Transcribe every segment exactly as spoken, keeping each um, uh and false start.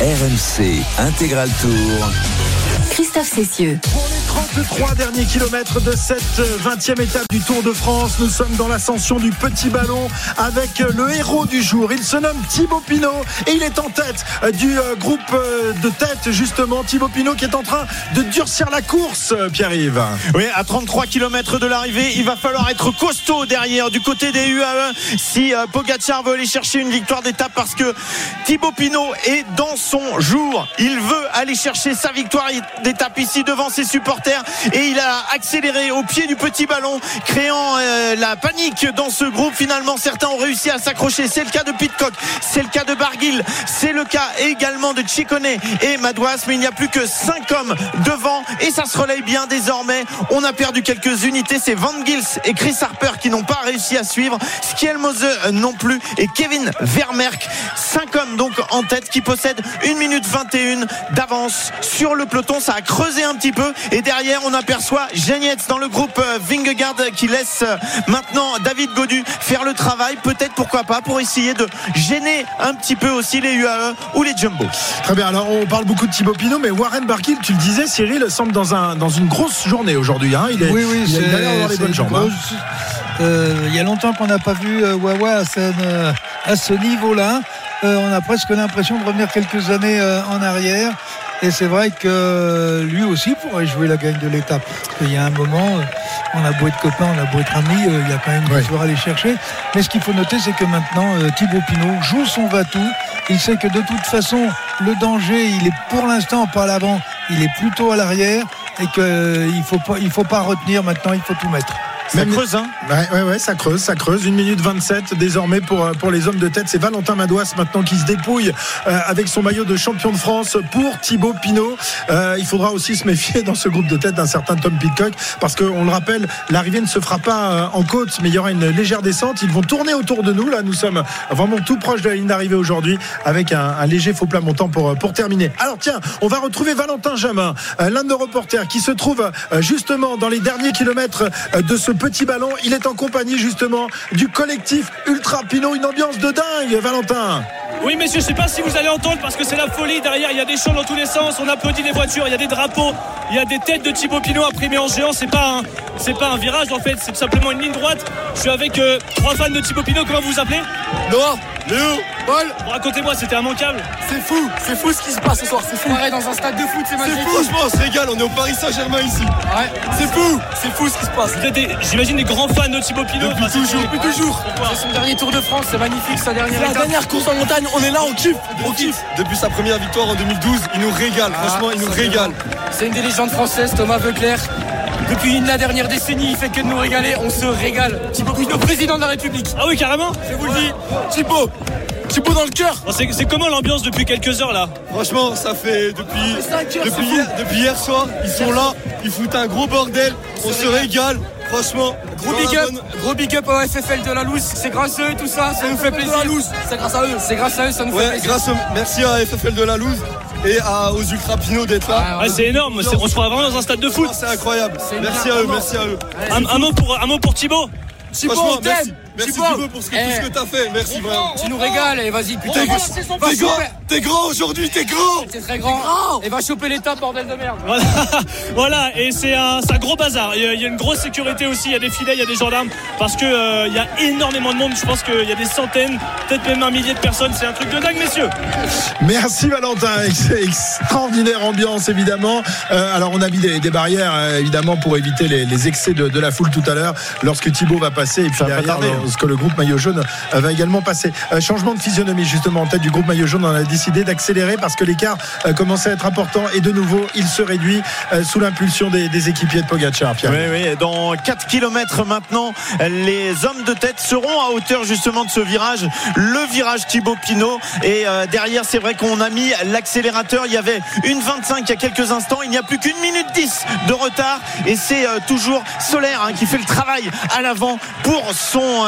R M C Intégral Tour. Christophe Cessieux. Pour les trente-trois derniers kilomètres de cette vingtième étape du Tour de France, nous sommes dans l'ascension du petit ballon avec le héros du jour. Il se nomme Thibaut Pinot et il est en tête du groupe de tête, justement. Thibaut Pinot qui est en train de durcir la course, Pierre-Yves. Oui, à trente-trois kilomètres de l'arrivée, il va falloir être costaud derrière du côté des U A E si Pogacar veut aller chercher une victoire d'étape, parce que Thibaut Pinot est dans son jour. Il veut aller chercher sa victoire d'étape ici devant ses supporters et il a accéléré au pied du petit ballon, créant euh, la panique dans ce groupe. Finalement, certains ont réussi à s'accrocher. C'est le cas de Pidcock, c'est le cas de Barguil, c'est le cas également de Ciccone et Madouas, mais il n'y a plus que cinq hommes devant et ça se relaye bien désormais. On a perdu quelques unités, c'est Van Gils et Chris Harper qui n'ont pas réussi à suivre, Skjelmose non plus et Kevin Vermerck. Cinq hommes donc en tête qui possèdent une minute vingt et un d'avance sur le peloton. Ça a creusé un petit peu et derrière on aperçoit Genietz dans le groupe Vingegaard qui laisse maintenant David Gaudu faire le travail, peut-être, pourquoi pas, pour essayer de gêner un petit peu aussi les U A E ou les Jumbo. Très bien, alors on parle beaucoup de Thibaut Pinot, mais Warren Barguil, tu le disais, Cyril, semble dans, un, dans une grosse journée aujourd'hui, hein. Il est, oui, oui, il a l'air d'avoir les bonnes jambes, grosse, hein. euh, Il y a longtemps qu'on n'a pas vu euh, Wawa à, euh, à ce niveau-là. euh, On a presque l'impression de revenir quelques années euh, en arrière. Et c'est vrai que lui aussi pourrait jouer la gagne de l'étape. Parce qu'il y a un moment, on a beau être copains, on a beau être amis, il y a quand même une victoire à aller chercher. Mais ce qu'il faut noter, c'est que maintenant, Thibaut Pinot joue son va-tout. Il sait que de toute façon, le danger, il est pour l'instant pas à l'avant, il est plutôt à l'arrière. Et qu'il ne faut pas, il faut pas retenir maintenant, il faut tout mettre. Ça Même creuse, hein ouais, ouais, ouais, ça creuse, ça creuse. une minute vingt-sept désormais pour, pour les hommes de tête. C'est Valentin Madouas maintenant qui se dépouille euh, avec son maillot de champion de France pour Thibaut Pinot. Euh, il faudra aussi se méfier dans ce groupe de tête d'un certain Tom Pidcock, parce qu'on le rappelle, l'arrivée ne se fera pas euh, en côte, mais il y aura une légère descente. Ils vont tourner autour de nous. Là, nous sommes vraiment tout proche de la ligne d'arrivée aujourd'hui, avec un, un léger faux plat montant pour, pour terminer. Alors tiens, on va retrouver Valentin Jamin, euh, l'un de nos reporters, qui se trouve euh, justement dans les derniers kilomètres euh, de ce petit ballon. Il est en compagnie justement du collectif Ultra Pinot. Une ambiance de dingue, Valentin. Oui, messieurs, je ne sais pas si vous allez entendre, parce que c'est la folie derrière. Il y a des chants dans tous les sens, on applaudit les voitures, il y a des drapeaux, il y a des têtes de Thibaut Pinot imprimées en géant. C'est pas un, c'est pas un virage en fait, c'est tout simplement une ligne droite. Je suis avec euh, trois fans de Thibaut Pinot. Comment vous vous appelez? Noah, Léo, Paul. Bon, racontez-moi, c'était immanquable. C'est fou, c'est fou ce qui se passe ce soir. C'est fou. Pareil dans un stade de foot, c'est magique. C'est fou, franchement, on se régale. On est au Paris Saint-Germain ici. Ouais. C'est fou, c'est fou ce qui se passe. Vous êtes des, j'imagine, des grands fans de Thibaut Pinot. Depuis enfin, toujours, depuis ouais. toujours. C'est son dernier Tour de France, c'est magnifique, sa dernière C'est la étape. dernière course en montagne. On est là, on kiffe, on kiffe. Depuis sa première victoire en deux mille douze, il nous régale. Ah, franchement, il nous régale. C'est une des légendes françaises, Thomas Voeckler. Depuis la dernière décennie, il fait que de nous régaler. On se régale. Thibaut Pinot, président de la République. Ah oui, carrément. Je vous le dis, Thibaut. Thibaut dans le cœur. Bon, c'est, c'est comment l'ambiance depuis quelques heures là? Franchement, ça fait depuis, heures, depuis, hier, depuis hier soir, ils sont là, ils foutent un gros bordel, on, on se régale. Franchement, gros big up, bonne... gros big up au F F L de la Louse. C'est grâce à eux tout ça, ça nous fait plaisir. La Louse. C'est grâce à eux, c'est grâce à eux, ça nous ouais, fait plaisir. Grâce au... Merci à F F L de la Louse et à, aux Ultra Pinot d'être là. Ah, ouais, ouais, c'est énorme, c'est, on se croit vraiment dans un stade de foot. C'est incroyable. C'est merci à eux, merci à eux. Ouais, un, un mot pour un mot pour Thibaut. Thibaut, franchement, merci, merci Thibaut pour ce que, eh, tout ce que t'as fait, merci vraiment. Tu nous régales et vas-y, putain. T'es, t'es grand, t'es grand aujourd'hui, t'es grand. C'est très grand. grand. Et va choper l'étape, bordel de merde. Voilà, voilà. Et c'est un, c'est un gros bazar. Il y, a, il y a une grosse sécurité aussi, il y a des filets, il y a des gendarmes, parce que euh, il y a énormément de monde. Je pense qu'il y a des centaines, peut-être même un millier de personnes. C'est un truc de dingue, messieurs. Merci Valentin, extraordinaire ambiance évidemment. Euh, alors on a mis des, des barrières euh, évidemment pour éviter les, les excès de, de la foule tout à l'heure, lorsque Thibaut va passer, et puis ça derrière ce que le groupe maillot jaune va également passer. Euh, changement de physionomie justement en tête du groupe maillot jaune. On a décidé d'accélérer parce que l'écart euh, commençait à être important et de nouveau il se réduit euh, sous l'impulsion des, des équipiers de Pogacar. Pierre. Oui, oui, dans quatre kilomètres maintenant, les hommes de tête seront à hauteur justement de ce virage, le virage Thibaut Pinot, et euh, derrière c'est vrai qu'on a mis l'accélérateur. Il y avait une vingt-cinq il y a quelques instants, il n'y a plus qu'une minute dix de retard et c'est euh, toujours Soler hein, qui fait le travail à l'avant pour son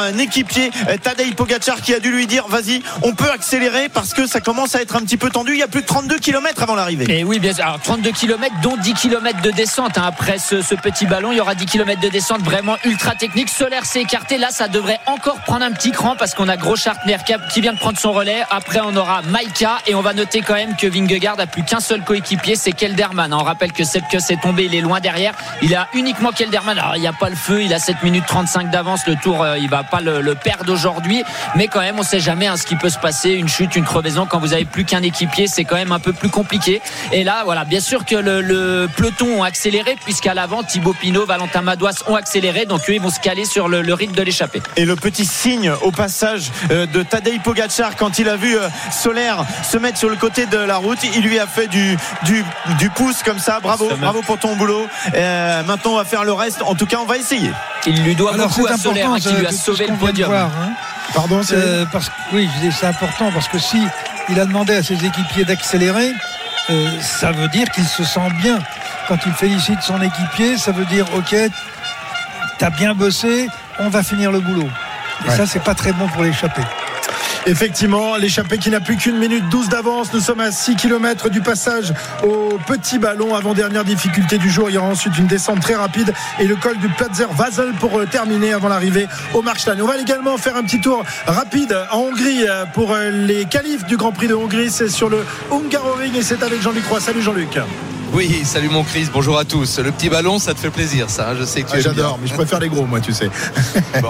son équipier Tadej Pogačar qui a dû lui dire vas-y, on peut accélérer parce que ça commence à être un petit peu tendu. Il y a plus de trente-deux kilomètres avant l'arrivée. Et oui, bien sûr. Alors trente-deux kilomètres dont dix kilomètres de descente, hein. Après ce, ce petit ballon, il y aura dix kilomètres de descente vraiment ultra technique. Soler s'est écarté, là ça devrait encore prendre un petit cran parce qu'on a Groschartner qui vient de prendre son relais. Après on aura Maïka et on va noter quand même que Vingegaard a plus qu'un seul coéquipier, c'est Kelderman. On rappelle que Sepke s'est tombé, il est loin derrière, il a uniquement Kelderman. Alors il n'y a pas le feu, il a sept minutes trente-cinq d'avance, le tour euh, il va pas le, le perdre aujourd'hui, mais quand même on sait jamais hein, ce qui peut se passer, une chute, une crevaison, quand vous avez plus qu'un équipier c'est quand même un peu plus compliqué. Et là voilà, bien sûr que le, le peloton ont accéléré puisqu'à l'avant Thibaut Pinot, Valentin Madouas ont accéléré, donc eux ils vont se caler sur le, le rythme de l'échappée. Et le petit signe au passage euh, de Tadej Pogačar quand il a vu euh, Soler se mettre sur le côté de la route, il lui a fait du, du, du pouce comme ça, bravo, bravo pour ton boulot. Euh, maintenant on va faire le reste, en tout cas on va essayer. Il lui doit Alors, beaucoup à Soler hein, qui lui a sauvé le podium. Voir, hein. Pardon, c'est... Euh, parce que, oui, je dis c'est important parce que si il a demandé à ses équipiers d'accélérer, euh, ça veut dire qu'il se sent bien. Quand il félicite son équipier, ça veut dire ok, t'as bien bossé, on va finir le boulot. Et ouais. Ça, c'est pas très bon pour l'échappée. Effectivement, l'échappée qui n'a plus qu'une minute douze d'avance. Nous sommes à six kilomètres du passage au petit ballon. Avant-dernière difficulté du jour. Il y aura ensuite une descente très rapide et le col du Platzer Vasel pour terminer avant l'arrivée au Markstein. On va également faire un petit tour rapide en Hongrie pour les qualifs du Grand Prix de Hongrie. C'est sur le Hungaroring et c'est avec Jean-Luc Roy. Salut Jean-Luc. Oui, salut mon Chris, bonjour à tous. Le petit ballon, ça te fait plaisir, ça, hein, je sais que tu ah, aimes j'adore, bien. mais je préfère les gros, moi, tu sais. Bon.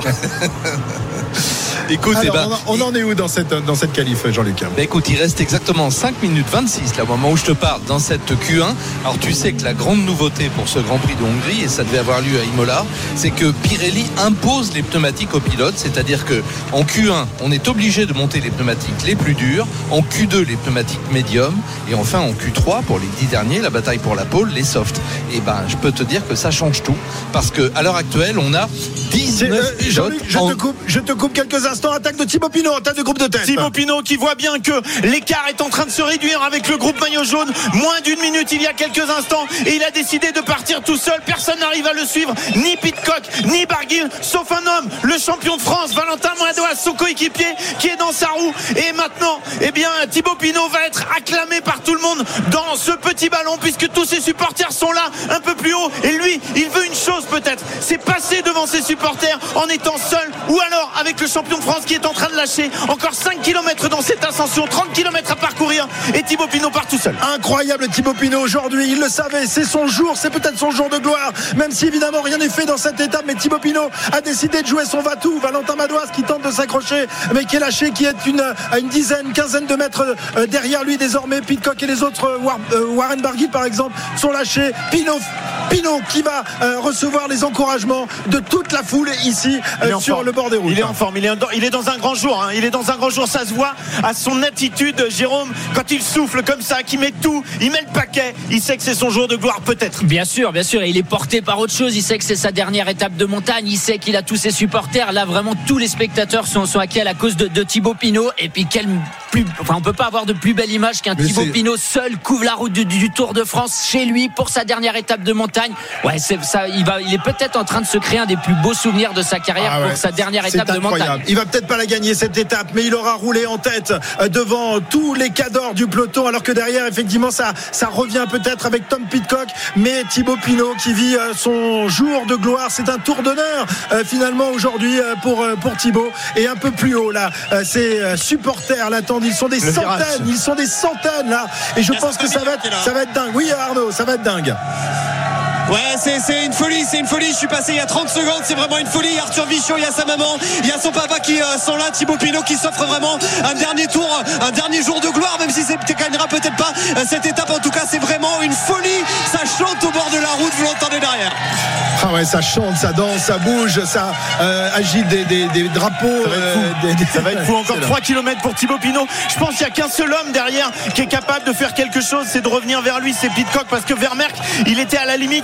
Écoute, alors, eh ben, on, en est où dans cette, dans cette qualif, Jean-Luc? Ben écoute, il reste exactement cinq minutes vingt-six là, au moment où je te parle dans cette Q un. Alors tu sais que la grande nouveauté pour ce Grand Prix de Hongrie, et ça devait avoir lieu à Imola, c'est que Pirelli impose les pneumatiques aux pilotes, c'est-à-dire que en Q un, on est obligé de monter les pneumatiques les plus dures, en Q deux, les pneumatiques médiums, et enfin en Q trois, pour les dix derniers, la bataille pour la pole, les softs. Et ben, je peux te dire que ça change tout, parce que à l'heure actuelle, on a dix-neuf euh, Jean-Luc, je, en... te coupe, je te coupe quelques instants. Attaque de Thibaut Pinot en tête de groupe de tête. Thibaut Pinot qui voit bien que l'écart est en train de se réduire avec le groupe maillot jaune. Moins d'une minute il y a quelques instants et il a décidé de partir tout seul. Personne n'arrive à le suivre, ni Pidcock, ni Barguil, sauf un homme, le champion de France, Valentin Madouas, son coéquipier qui est dans sa roue. Et maintenant, eh bien, Thibaut Pinot va être acclamé par tout le monde dans ce petit ballon puisque tous ses supporters sont là un peu plus haut. Et lui, il veut une chose peut-être, c'est passer devant ses supporters en étant seul ou alors avec le champion de France qui est en train de lâcher. Encore cinq kilomètres dans cette ascension, trente kilomètres à parcourir et Thibaut Pinot part tout seul. Incroyable Thibaut Pinot aujourd'hui, il le savait, c'est son jour, c'est peut-être son jour de gloire, même si évidemment rien n'est fait dans cette étape, mais Thibaut Pinot a décidé de jouer son va-tout. Valentin Madouas qui tente de s'accrocher mais qui est lâché, qui est une, à une dizaine, quinzaine de mètres derrière lui désormais. Pidcock et les autres, Warren Barguil par exemple, sont lâchés. Pinot, Pinot qui va euh, recevoir les encouragements de toute la foule ici euh, sur forme. Le bord des routes. Il est en forme, il est, dans, il est dans un grand jour, hein. Il est dans un grand jour, ça se voit à son attitude, Jérôme, quand il souffle comme ça, qu'il met tout, il met le paquet, il sait que c'est son jour de gloire peut-être. Bien sûr, bien sûr, et il est porté par autre chose, il sait que c'est sa dernière étape de montagne, il sait qu'il a tous ses supporters, là vraiment tous les spectateurs sont, sont à quel à cause de, de Thibaut Pinot, et puis quel plus, enfin on peut pas avoir de plus belle image qu'un Mais Thibaut c'est... Pinot seul couvre la route du, du Tour de France chez lui pour sa dernière étape de montagne. Ouais, c'est ça, il va, il est peut-être en train de se créer un des plus beaux souvenirs de sa carrière ah ouais, pour sa dernière étape de montagne. Il va peut-être pas la gagner cette étape, mais il aura roulé en tête devant tous les cadors du peloton, alors que derrière effectivement ça, ça revient peut-être avec Tom Pidcock, mais Thibaut Pinot qui vit son jour de gloire, c'est un tour d'honneur finalement aujourd'hui pour, pour Thibaut. Et un peu plus haut là, ses supporters l'attendent, ils sont des Le centaines, virage. ils sont des centaines là, et je pense que ça va, être, ça va être dingue. Oui Arnaud, ça va être dingue. Ouais, c'est, c'est une folie, c'est une folie. Je suis passé il y a trente secondes, c'est vraiment une folie. Arthur Vichon, il y a sa maman, il y a son papa qui euh, sont là. Thibaut Pinot qui s'offre vraiment un dernier tour, un dernier jour de gloire, même si c'est gagnera peut-être pas euh, cette étape. En tout cas, c'est vraiment une folie. Ça chante au bord de la route, vous l'entendez derrière. Ah ouais, ça chante, ça danse, ça bouge, ça euh, agite des, des, des drapeaux. Ça va être fou, euh, des, des... Ça va être fou. Encore trois kilomètres pour Thibaut Pinot. Je pense qu'il n'y a qu'un seul homme derrière qui est capable de faire quelque chose, c'est de revenir vers lui, c'est Pidcock, parce que Vermerck, il était à la limite il y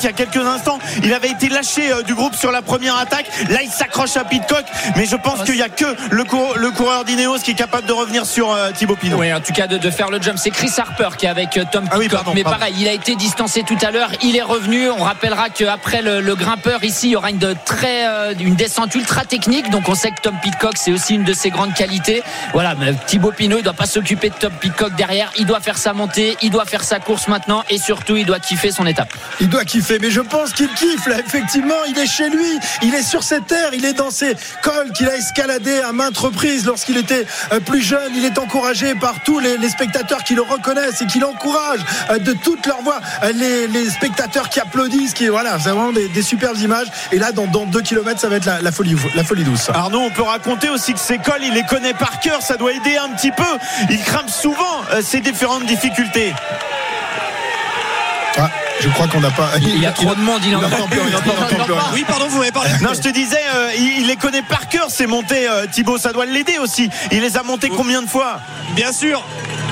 a quelques instants. Il avait été lâché euh, du groupe sur la première attaque. Là, il s'accroche à Pidcock, mais je pense qu'il n'y a que le, cour- le coureur d'Ineos qui est capable de revenir sur euh, Thibaut Pinot. Oui, en tout cas de, de faire le jump. C'est Chris Harper qui est avec euh, Tom Pidcock. Ah oui, pardon, mais pardon. Pareil, il a été distancé tout à l'heure. Il est revenu. On rappellera qu'après le, le grimpeur ici, il y aura une, de très, euh, une descente ultra technique. Donc on sait que Tom Pidcock, c'est aussi une de ses grandes qualités. Voilà, mais Thibaut Pinot, il ne doit pas s'occuper de Tom Pidcock derrière. Il doit faire sa montée, il doit faire sa course maintenant et surtout, il doit kiffer son étape. Il doit kiffer, mais je pense qu'il kiffe là. Effectivement, il est chez lui, il est sur ses terres, il est dans ses cols qu'il a escaladés à maintes reprises lorsqu'il était plus jeune. Il est encouragé par tous les, les spectateurs qui le reconnaissent et qui l'encouragent de toute leur voix. Les, les spectateurs qui applaudissent, qui voilà, c'est vraiment des, des superbes images. Et là, dans, dans deux kilomètres, ça va être la, la folie, la folie douce. Arnaud, on peut raconter aussi que ces cols, il les connaît par cœur. Ça doit aider un petit peu. Il crame souvent euh, ces différentes difficultés. Ah, je crois qu'on n'a pas. Il y a trop de monde, il en entend plus. Oui, pardon, vous m'avez parlé. Non, je te disais, euh, il, il les connaît par cœur ces montées. Euh, Thibaut, ça doit l'aider aussi. Il les a montées combien de fois? Bien sûr.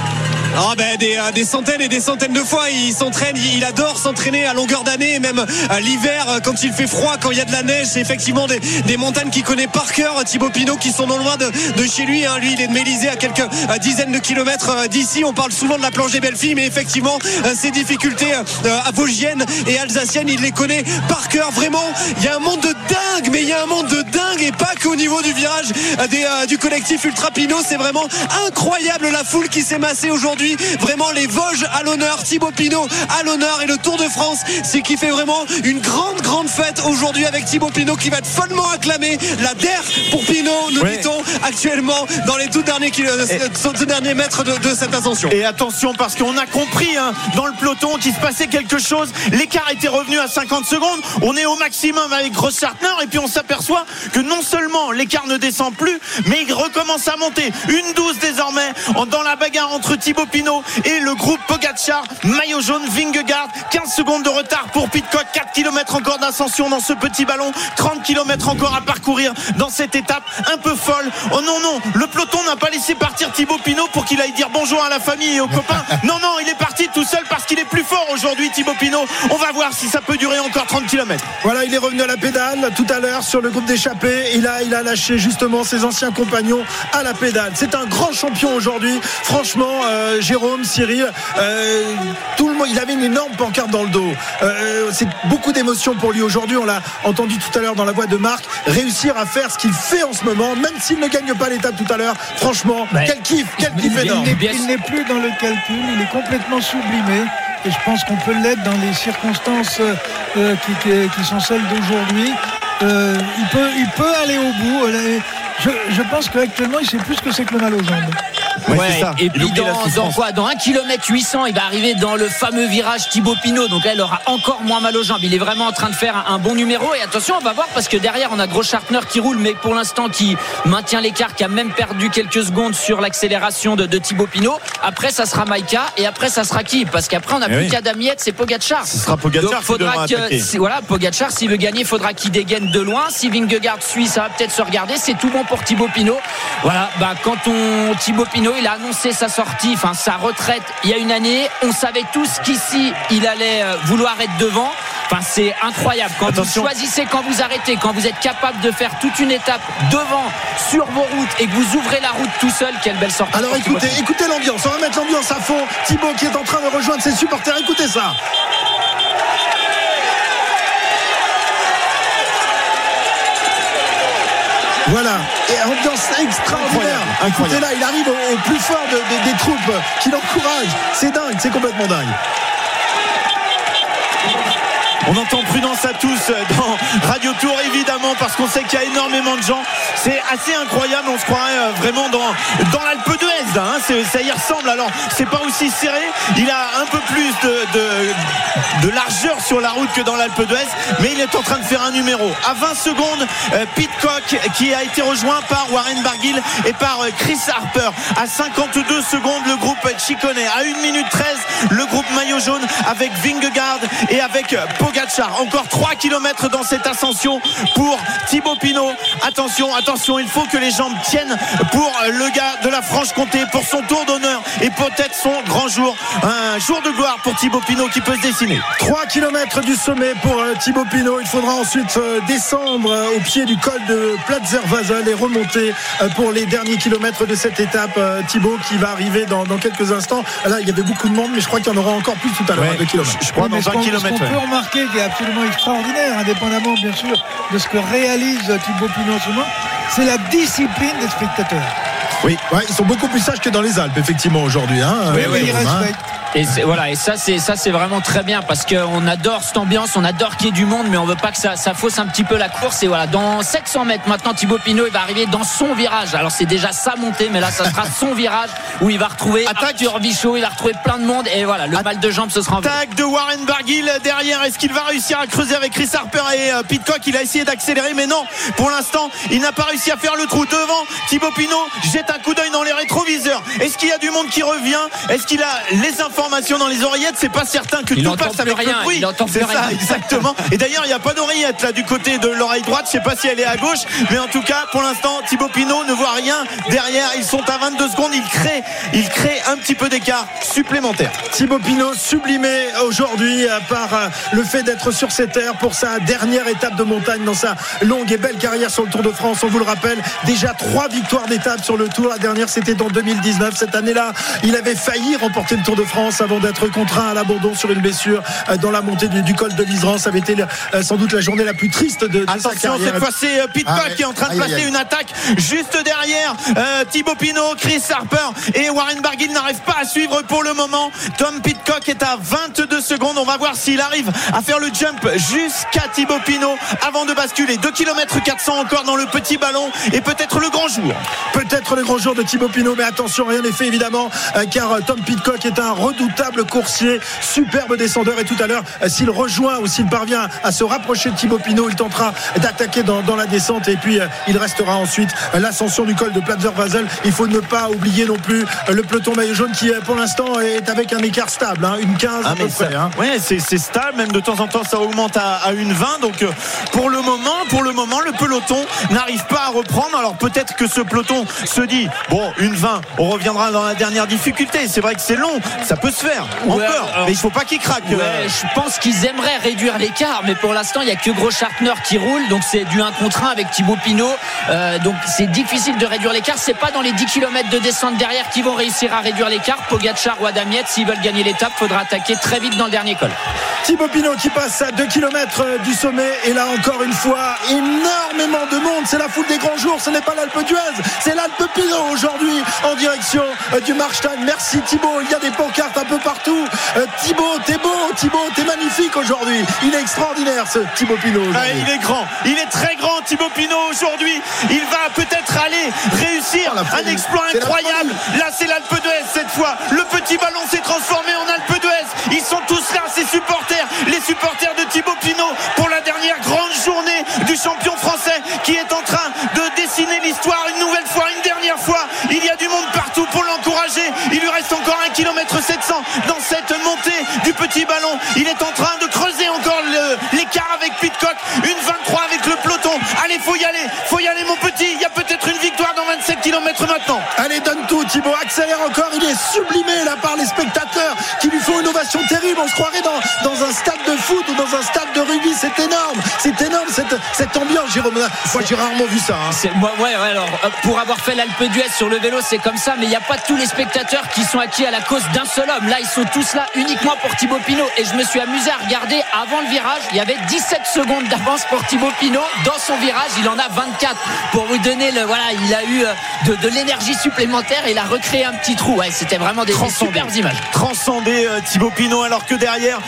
Ah ben des, des centaines et des centaines de fois il s'entraîne, il adore s'entraîner à longueur d'année, même à l'hiver quand il fait froid, quand il y a de la neige. C'est effectivement des, des montagnes qu'il connaît par cœur, Thibaut Pinot, qui sont non loin de, de chez lui, hein. Lui il est de Mélisée, à quelques à dizaines de kilomètres d'ici. On parle souvent de la planche des Belles-Filles, mais effectivement ces difficultés à vosgiennes et alsaciennes, il les connaît par cœur. Vraiment, il y a un monde de dingue, mais il y a un monde de dingue, et pas qu'au niveau du virage des, euh, du collectif Ultra Pinot. C'est vraiment incroyable la foule qui s'est massée aujourd'hui. Vraiment les Vosges à l'honneur, Thibaut Pinot à l'honneur, et le Tour de France, c'est qui fait vraiment une grande grande fête aujourd'hui avec Thibaut Pinot qui va être follement acclamé. La D E R pour Pinot, nous oui. dit-on actuellement dans les tout derniers, kilo, tout derniers mètres de, de cette ascension. Et attention, parce qu'on a compris hein, dans le peloton qu'il se passait quelque chose. L'écart était revenu à cinquante secondes. On est au maximum avec Grossartner, et puis on s'aperçoit que non seulement l'écart ne descend plus, mais il recommence à monter. Une douze désormais dans la bagarre entre Thibaut Pinot et le groupe Pogacar, maillot jaune, Vingegaard. Quinze secondes de retard pour Pidcock. Quatre kilomètres encore d'ascension dans ce petit ballon. Trente kilomètres encore à parcourir dans cette étape un peu folle. Oh non non, le peloton n'a pas laissé partir Thibaut Pinot pour qu'il aille dire bonjour à la famille et aux copains. Non non, il est parti tout seul parce qu'il est plus fort aujourd'hui, Thibaut Pinot. On va voir si ça peut durer encore trente kilomètres. Voilà, il est revenu à la pédale tout à l'heure sur le groupe d'échappée. Et là, il a lâché justement ses anciens compagnons à la pédale. C'est un grand champion aujourd'hui. Franchement, euh, Jérôme, Cyril, euh, tout le monde, il avait une énorme pancarte dans le dos. Euh, c'est beaucoup d'émotions pour lui aujourd'hui. On l'a entendu tout à l'heure dans la voix de Marc. Réussir à faire ce qu'il fait en ce moment, même s'il ne gagne pas l'étape tout à l'heure. Franchement, ouais. quel kiff, quel kiff il, énorme. Il n'est, il n'est plus dans le calcul, il est complètement sublimé. Et je pense qu'on peut l'être dans les circonstances euh, qui, qui, qui sont celles d'aujourd'hui. Euh, il peut, il peut aller au bout. Je, je pense qu'actuellement, il sait plus ce que c'est que le mal aux jambes. Ouais, ouais, c'est ça. Et puis dans, dans quoi Dans un kilomètre huit cents, il va arriver dans le fameux virage Thibaut Pinot. Donc là, il aura encore moins mal aux jambes. Il est vraiment en train de faire un, un bon numéro. Et attention, on va voir, parce que derrière, on a Grossartner qui roule, mais pour l'instant qui maintient l'écart, qui a même perdu quelques secondes sur l'accélération de, de Thibaut Pinot. Après, ça sera Maïka, et après, ça sera qui? Parce qu'après, on n'a plus oui. qu'Adam Yates, c'est Pogacar. Ce sera Pogacar. Donc, faudra que, voilà, Pogacar, s'il veut gagner, il faudra qu'il dégaine de loin. Si Vingegaard suit, ça va peut-être se regarder. C'est tout bon pour Thibaut Pinot. Voilà, bah, quand on Thibaut Pinot, il a annoncé sa sortie, enfin sa retraite il y a une année, on savait tous qu'ici il allait vouloir être devant. Enfin, c'est incroyable quand Attention. Vous choisissez, quand vous arrêtez, quand vous êtes capable de faire toute une étape devant sur vos routes et que vous ouvrez la route tout seul. Quelle belle sortie. Alors écoutez, écoutez l'ambiance, on va mettre l'ambiance à fond. Thibaut qui est en train de rejoindre ses supporters, écoutez ça. Voilà, et ambiance extraordinaire. Incroyable, incroyable. Écoutez là, il arrive au, au plus fort de, de, des troupes qui l'encouragent. C'est dingue, c'est complètement dingue. On entend prudence à tous dans Radio Tour, évidemment, parce qu'on sait qu'il y a énormément de gens. C'est assez incroyable, on se croirait vraiment dans, dans l'Alpe d'Huez, hein. c'est, ça y ressemble. Alors c'est pas aussi serré, il a un peu plus de, de, de largeur sur la route que dans l'Alpe d'Huez, mais il est en train de faire un numéro. À vingt secondes, euh, Pidcock qui a été rejoint par Warren Barguil et par euh, Chris Harper. À cinquante-deux secondes, le groupe Ciccone. À une minute treize, le groupe maillot maillot jaune avec Vingegaard et avec Pogacar. Encore trois kilomètres dans cette ascension pour Thibaut Pinot. Attention, attention, il faut que les jambes tiennent pour le gars de la Franche-Comté, pour son tour d'honneur et peut-être son grand jour. Un jour de gloire pour Thibaut Pinot qui peut se dessiner. trois kilomètres du sommet pour euh, Thibaut Pinot. Il faudra ensuite euh, descendre euh, au pied du col de Platzer-Wasel et remonter euh, pour les derniers kilomètres de cette étape. euh, Thibaut qui va arriver dans, dans quelques instants. Là, il y avait beaucoup de monde, mais je crois qu'il y en aura encore plus tout à l'heure. Ouais, de kilomètres. Je, je crois Oui, dans ce vingt qu'on, kilomètres. ce qu'on Ouais. peut remarquer qui est absolument extraordinaire, indépendamment bien sûr de ce que réalise Thibaut Pinot en ce moment, c'est la discipline des spectateurs. Oui, ouais, ils sont beaucoup plus sages que dans les Alpes, effectivement, aujourd'hui. Hein, Oui, euh, oui, ils hein. respectent. Et c'est, voilà, et ça c'est ça c'est vraiment très bien parce qu'on adore cette ambiance, on adore qu'il y ait du monde, mais on veut pas que ça, ça fausse un petit peu la course. Et voilà, dans sept cents mètres maintenant, Thibaut Pinot il va arriver dans son virage. Alors c'est déjà sa montée, mais là ça sera son virage où il va retrouver Arthur Vichot, il va retrouver plein de monde et voilà, le mal de jambes ce sera en Attaque de Warren Barguil derrière. Est-ce qu'il va réussir à creuser avec Chris Harper et euh, Pidcock? Il a essayé d'accélérer, mais non. Pour l'instant, il n'a pas réussi à faire le trou. Devant, Thibaut Pinot jette un coup d'œil dans les rétroviseurs. Est-ce qu'il y a du monde qui revient? Est-ce qu'il a les informations dans les oreillettes? C'est pas certain que il tout entend passe plus avec rien, le bruit. il entend plus C'est rien. ça, exactement. Et d'ailleurs, il n'y a pas d'oreillette là du côté de l'oreille droite. Je sais pas si elle est à gauche, mais en tout cas, pour l'instant, Thibaut Pinot ne voit rien derrière. Ils sont à vingt-deux secondes. Il crée, il crée un petit peu d'écart supplémentaire. Thibaut Pinot sublimé aujourd'hui par le fait d'être sur cette terre pour sa dernière étape de montagne dans sa longue et belle carrière sur le Tour de France. On vous le rappelle, déjà trois victoires d'étape sur le Tour. La dernière, c'était en deux mille dix-neuf. Cette année-là, il avait failli remporter le Tour de France avant d'être contraint à l'abandon sur une blessure dans la montée du, du col de l'Iseran. Ça avait été sans doute la journée la plus triste de, de sa Attention, carrière. cette fois c'est Pidcock Ah ouais. qui est en train de Aïe, placer aïe, aïe. une attaque juste derrière euh, Thibaut Pinot. Chris Harper et Warren Barguil n'arrivent pas à suivre pour le moment. Tom Pidcock est à vingt-deux secondes. On va voir s'il arrive à faire le jump jusqu'à Thibaut Pinot avant de basculer. deux kilomètres quatre cents encore dans le petit ballon et peut-être le grand jour. Peut-être le grand jour de Thibaut Pinot, mais attention, rien n'est fait évidemment, euh, car euh, Tom Pidcock est un redoutable coursier, superbe descendeur, et tout à l'heure, euh, s'il rejoint ou s'il parvient à se rapprocher de Thibaut Pinot, il tentera d'attaquer dans, dans la descente, et puis euh, il restera ensuite euh, l'ascension du col de Platzer-Wasel. Il faut ne pas oublier non plus euh, le peloton maillot jaune qui euh, pour l'instant est avec un écart stable, hein, une quinze Ah, à peu mais ça, près. Hein. ouais, c'est, c'est stable, même de temps en temps ça augmente à, à une vingt. Donc euh, pour le moment, pour le moment, le peloton n'arrive pas à reprendre. Alors peut-être que ce peloton se dit bon, une vingt, on reviendra dans la dernière difficulté. C'est vrai que c'est long, ça peut se faire encore, Ouais, alors, mais il faut pas qu'il craque. Ouais, euh. je pense qu'ils aimeraient réduire l'écart, mais pour l'instant, il n'y a que Groschartner qui roule, donc c'est du un contre un avec Thibaut Pinot. Euh, donc c'est difficile de réduire l'écart. C'est pas dans les dix kilomètres de descente derrière qu'ils vont réussir à réduire l'écart. Pogacar ou Adam Yates, s'ils veulent gagner l'étape, faudra attaquer très vite dans le dernier col. Thibaut Pinot qui passe à deux kilomètres du sommet, et là encore une fois énormément de monde. C'est la foule des grands jours, ce n'est pas l'Alpe d'Huez, c'est l'Alpe Pinot aujourd'hui en direction euh, du Markstein. Merci Thibaut, il y a des pancartes un peu partout. euh, Thibaut, t'es beau, Thibaut, t'es magnifique aujourd'hui. Il est extraordinaire ce Thibaut Pinot Ah, aujourd'hui. il est grand, il est très grand Thibaut Pinot aujourd'hui. Il va peut-être aller réussir Oh, la folie. un exploit C'est la incroyable. Là c'est l'Alpe d'Huez cette fois. Le petit ballon s'est transformé en Alpe d'Huez. Ils sont tous là, ces supporters, les supporters de Thibaut Pinot pour la dernière grande journée du champion français qui est en train de dessiner l'histoire une nouvelle fois, une dernière fois. Il y a du monde partout pour l'encourager. Il lui reste encore un kilomètre sept cents dans cette montée du petit ballon. Il est en train de creuser encore le, l'écart avec Pidcock. Une vingt-trois avec le peloton. Allez, faut y aller, faut y aller mon petit. Il y a peut-être une victoire dans vingt-sept kilomètres maintenant. Allez, donne tout Thibaut, accélère encore. Il est sublimé là par les spectateurs qui lui font une ovation terrible. On se croirait dans, dans un stade de foot ou dans un stade de rugby. C'est énorme, c'est énorme cette, cette ambiance, Jérôme. Moi j'ai rarement vu ça, hein. C'est, moi, ouais, ouais, alors euh, pour avoir fait l'Alpe d'Huez sur le vélo, c'est comme ça, mais il n'y a pas tous les spectateurs qui sont acquis à la cause d'un seul homme. Là, ils sont tous là uniquement pour Thibaut Pinot. Et je me suis amusé à regarder avant le virage. Il y avait dix-sept secondes d'avance pour Thibaut Pinot. Dans son virage, il en a vingt-quatre. Pour vous donner le, voilà, il a eu euh, de, de l'énergie supplémentaire et il a recréé un petit trou. Ouais, c'était vraiment des, des superbes images. Transcendé euh, Thibaut Pinot, alors que derrière Tom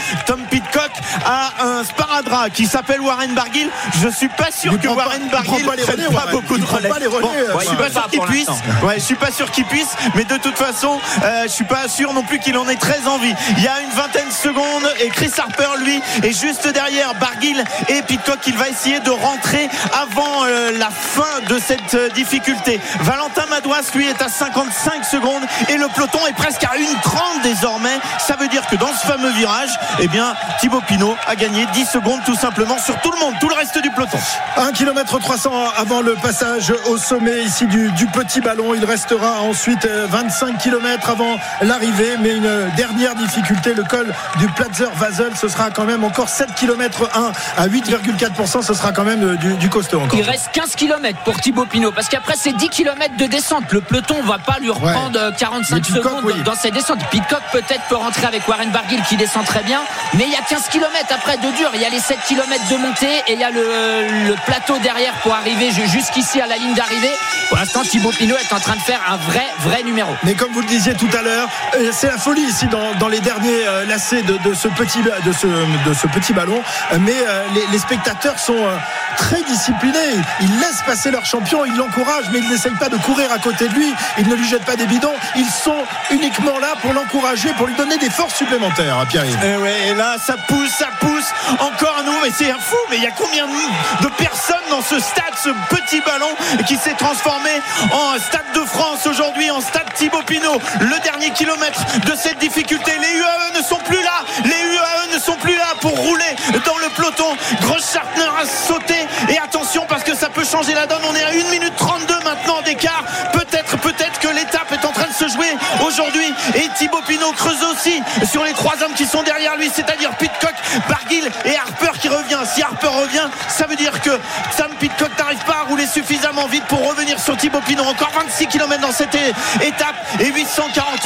Pidcock a un sparadrap qui s'appelle Warren Barguil. Je suis pas sûr que Warren pas, Barguil pas, les relais, prenne pas ouais, beaucoup de relais. Pas les relais bon, euh, ouais, je suis pas sûr qu'il puisse. Ouais, je suis pas sûr qu'il puisse, mais de toute façon, euh, je suis pas sûr non plus qu'il en ait très envie. Il y a une vingtaine de secondes et Chris Harper, lui, est juste derrière Barguil et Pidcock. Il va essayer de rentrer avant euh, la fin de cette euh, difficulté. Valentin Madouas, lui, est à cinquante-cinq secondes et le peloton est presque à une trente désormais. Ça veut dire que dans ce fameux virage, eh bien, Thibaut Pinot a gagné dix secondes tout simplement sur tout le monde, tout le reste du peloton. un kilomètre trois cents avant le passage au sommet ici du, du petit ballon. Il restera ensuite vingt-cinq kilomètres avant l'arrivée, mais une dernière difficulté, le col du Platzer Wasel. Ce sera quand même encore sept kilomètres un à huit virgule quatre pour cent. Ce sera quand même du, du costaud encore. Il reste quinze kilomètres pour Thibaut Pinot, parce qu'après c'est dix kilomètres de descente. Le peloton ne va pas lui reprendre ouais. quarante-cinq Pidcock, secondes oui. dans cette descente. Pidcock peut-être peut rentrer avec Warren Barguil qui descend très bien, mais il y a quinze kilomètres après de dur. Il y a les sept kilomètres de montée et il y a le, le plateau derrière pour arriver jusqu'ici à la ligne d'arrivée. Pour l'instant, Thibaut Pinot est en train de faire un vrai, vrai numéro. Mais comme vous le disiez tout à l'heure, c'est la folie ici dans, dans les derniers lacets de, de, ce petit, de, ce, de ce petit ballon. Mais les, les spectateurs sont très disciplinés. Ils laissent passer leur champion, ils l'encouragent, mais ils n'essayent pas de courir à côté de lui. Ils ne lui jettent pas des bidons. Ils sont uniquement là pour l'encourager, pour lui donner des forces supplémentaires, hein, Pierre. Et, ouais, et là, ça pousse, ça pousse encore à nous. Mais c'est un fou. Mais il y a combien de personnes dans ce stade, ce petit ballon qui s'est transformé en Stade de France aujourd'hui, en Stade Thibaut Pinot. Le dernier kilomètre de cette difficulté. Les U A E ne sont plus là. Les U A E ne sont plus là pour rouler dans le peloton. Grossschartner a sauté. Et attention, parce que ça peut changer la donne. On est à une minute trente-deux maintenant d'écart. Peut-être, peut-être que l'étape est en train de se jouer aujourd'hui. Et Thibaut Pinot creuse aussi sur les trois hommes qui sont derrière lui, c'est-à-dire Pidcock, Barguil et Harper qui revient. Si Harper revient, ça veut dire que Sam Pidcock n'arrive pas à rouler suffisamment vite pour revenir sur Thibaut Pinot. Encore vingt-six kilomètres dans cette étape et huit cent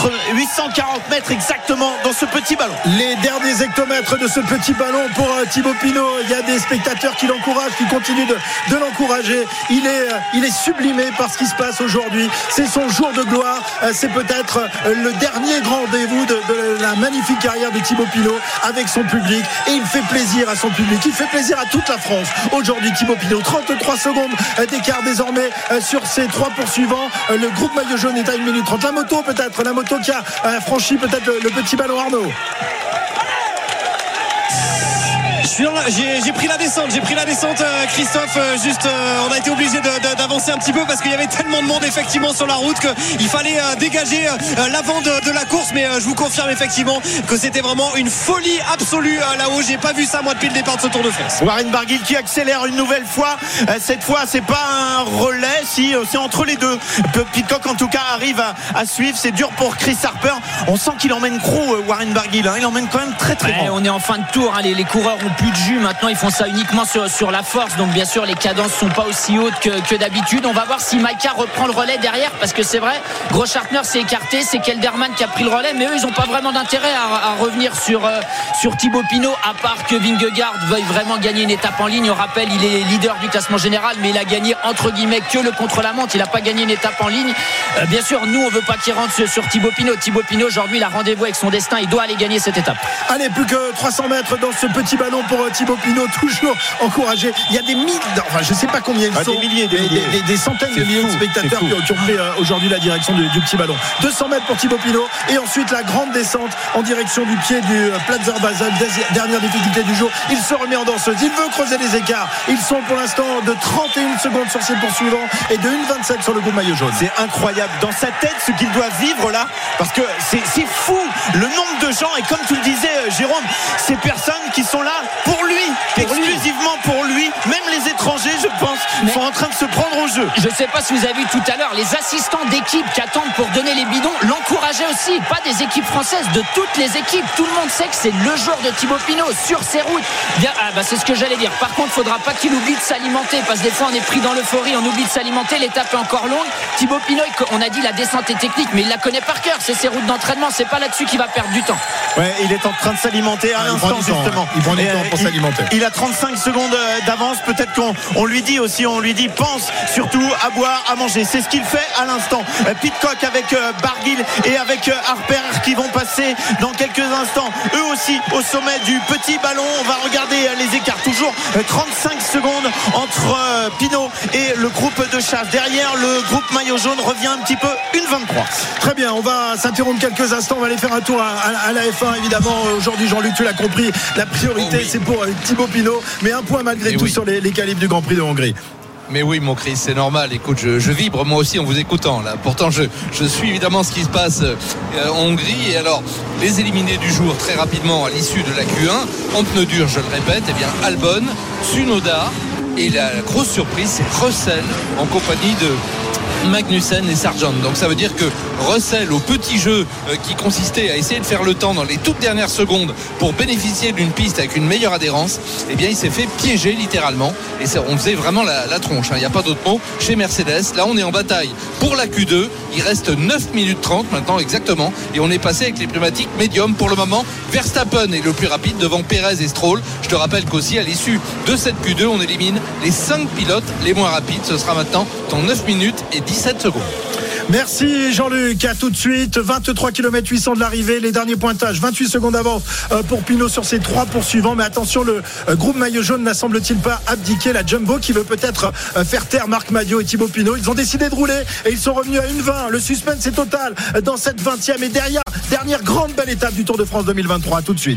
quarante mètres exactement dans ce petit ballon. Les derniers hectomètres de ce petit ballon pour Thibaut Pinot. Il y a des spectateurs qui l'encouragent, qui continuent de, de l'encourager. Il est, il est sublimé par ce qui se passe aujourd'hui. C'est son jour de gloire. C'est peut-être le dernier grand rendez-vous de, de la magnifique carrière de Thibaut Pinot avec son public. Et il fait plaisir à son public. Il fait plaisir à toute la France. Aujourd'hui, Thibaut Pinot, trente-trois secondes d'écart désormais sur ses trois poursuivants. Le groupe maillot jaune est à une minute trente. La moto peut-être, la moto qui a franchi peut-être le, le petit ballon Arnaud. J'ai, j'ai pris la descente, j'ai pris la descente, euh, Christophe. Euh, juste, euh, on a été obligé de, de, d'avancer un petit peu parce qu'il y avait tellement de monde effectivement sur la route qu'il fallait euh, dégager euh, l'avant de, de la course. Mais euh, je vous confirme effectivement que c'était vraiment une folie absolue euh, là-haut. J'ai pas vu ça moi depuis le départ de ce Tour de France. Warren Barguil qui accélère une nouvelle fois. Euh, cette fois, c'est pas un relais, si euh, c'est entre les deux. Pidcock en tout cas arrive à, à suivre. C'est dur pour Chris Harper. On sent qu'il emmène gros euh, Warren Barguil. Hein. Il emmène quand même très très ouais, grand. On est en fin de tour. Hein. Les, les coureurs ont plus de jus maintenant, ils font ça uniquement sur, sur la force, donc bien sûr les cadences sont pas aussi hautes que, que d'habitude. On va voir si Maïka reprend le relais derrière, parce que c'est vrai, Grossschartner s'est écarté, c'est Kelderman qui a pris le relais, mais eux ils ont pas vraiment d'intérêt à, à revenir sur, euh, sur Thibaut Pinot, à part que Vingegaard veuille vraiment gagner une étape en ligne. On rappelle, il est leader du classement général, mais il a gagné entre guillemets que le contre-la-montre, il a pas gagné une étape en ligne. euh, bien sûr nous on veut pas qu'il rentre sur, sur Thibaut Pinot. Thibaut Pinot aujourd'hui il a rendez-vous avec son destin, il doit aller gagner cette étape. Allez, plus que trois cents mètres dans ce petit ballon pour Thibaut Pinot, toujours encouragé. Il y a des milliers, enfin je sais pas combien ils ah, sont, des milliers, des, milliers. Des, des, des centaines c'est de milliers fou, de spectateurs qui, qui ont pris euh, aujourd'hui la direction du, du petit ballon. deux cents mètres pour Thibaut Pinot et ensuite la grande descente en direction du pied du euh, Platzer Wasel, dernière difficulté du jour. Il se remet en danseuse, il veut creuser les écarts. Ils sont pour l'instant de trente et une secondes sur ses poursuivants et de une vingt-sept sur le groupe maillot jaune. C'est incroyable dans sa tête ce qu'il doit vivre là, parce que c'est, c'est fou le nombre de gens, et comme tu le disais Jérôme, ces personnes qui sont là pour lui, pour exclusivement lui. pour lui, même les étrangers je pense mais sont en train de se prendre au jeu. Je sais pas si vous avez vu tout à l'heure les assistants d'équipe qui attendent pour donner les bidons l'encourageaient aussi, pas des équipes françaises, de toutes les équipes. Tout le monde sait que c'est le jour de Thibaut Pinot sur ses routes. Bien, ah bah c'est ce que j'allais dire. Par contre, faudra pas qu'il oublie de s'alimenter, parce que des fois on est pris dans l'euphorie, on oublie de s'alimenter, l'étape est encore longue. Thibaut Pinot, on a dit la descente est technique, mais il la connaît par cœur, c'est ses routes d'entraînement, c'est pas là-dessus qu'il va perdre du temps. Ouais, il est en train de s'alimenter à Ah, il l'instant prend du temps, justement. hein. Il prend du Et, temps euh, pour il- s'alimenter. Il a trente-cinq secondes d'avance. Peut-être qu'on on lui dit aussi, on lui dit pense surtout à boire, à manger. C'est ce qu'il fait à l'instant. Euh, Pidcock avec euh, Barguil et avec euh, Harper qui vont passer dans quelques instants. Eux aussi au sommet du petit ballon. On va regarder euh, les écarts. Toujours euh, trente-cinq secondes entre euh, Pinot et le groupe de chasse. Derrière, le groupe maillot jaune revient un petit peu une vingt-trois. Très bien, on va s'interrompre quelques instants. On va aller faire un tour à, à- à la F un. Évidemment, aujourd'hui, Jean-Luc, tu l'as compris, la priorité, Oh oui. c'est pour euh, Thibaut Pinot. Mais un point malgré Et tout oui. sur les, les qualifs du Grand Prix de Hongrie. Mais oui, mon Chris, c'est normal. Écoute, je, je vibre moi aussi en vous écoutant là. Pourtant, je, je suis évidemment ce qui se passe euh, en Hongrie. Et alors, les éliminés du jour, très rapidement, à l'issue de la Q un, en pneu dur, je le répète, eh bien, Albon, Tsunoda. Et la grosse surprise, c'est Russell en compagnie de Magnussen et Sargent. Donc ça veut dire que Russell, au petit jeu euh, qui consistait à essayer de faire le temps dans les toutes dernières secondes pour bénéficier d'une piste avec une meilleure adhérence, eh bien il s'est fait piéger littéralement. Et ça, on faisait vraiment la, la tronche, il n'y a pas d'autre mot chez Mercedes. Là on est en bataille pour la Q deux. Il reste neuf minutes trente maintenant exactement. Et on est passé avec les pneumatiques médium pour le moment. Verstappen est le plus rapide devant Perez et Stroll. Je te rappelle qu'aussi à l'issue de cette Q deux, on élimine les cinq pilotes les moins rapides. Ce sera maintenant dans neuf minutes et dix-sept secondes. Merci Jean-Luc, à tout de suite. Vingt-trois kilomètres huit cents de l'arrivée, les derniers pointages, vingt-huit secondes d'avance euh, pour Pinot sur ses trois poursuivants. Mais attention, le euh, groupe maillot jaune n'a semble-t-il pas abdiqué. La Jumbo qui veut peut-être euh, faire taire Marc Madiot et Thibaut Pinot. Ils ont décidé de rouler et ils sont revenus à une vingt. Le suspense est total dans cette vingtième et derrière, dernière grande belle étape du Tour de France deux mille vingt-trois. À tout de suite.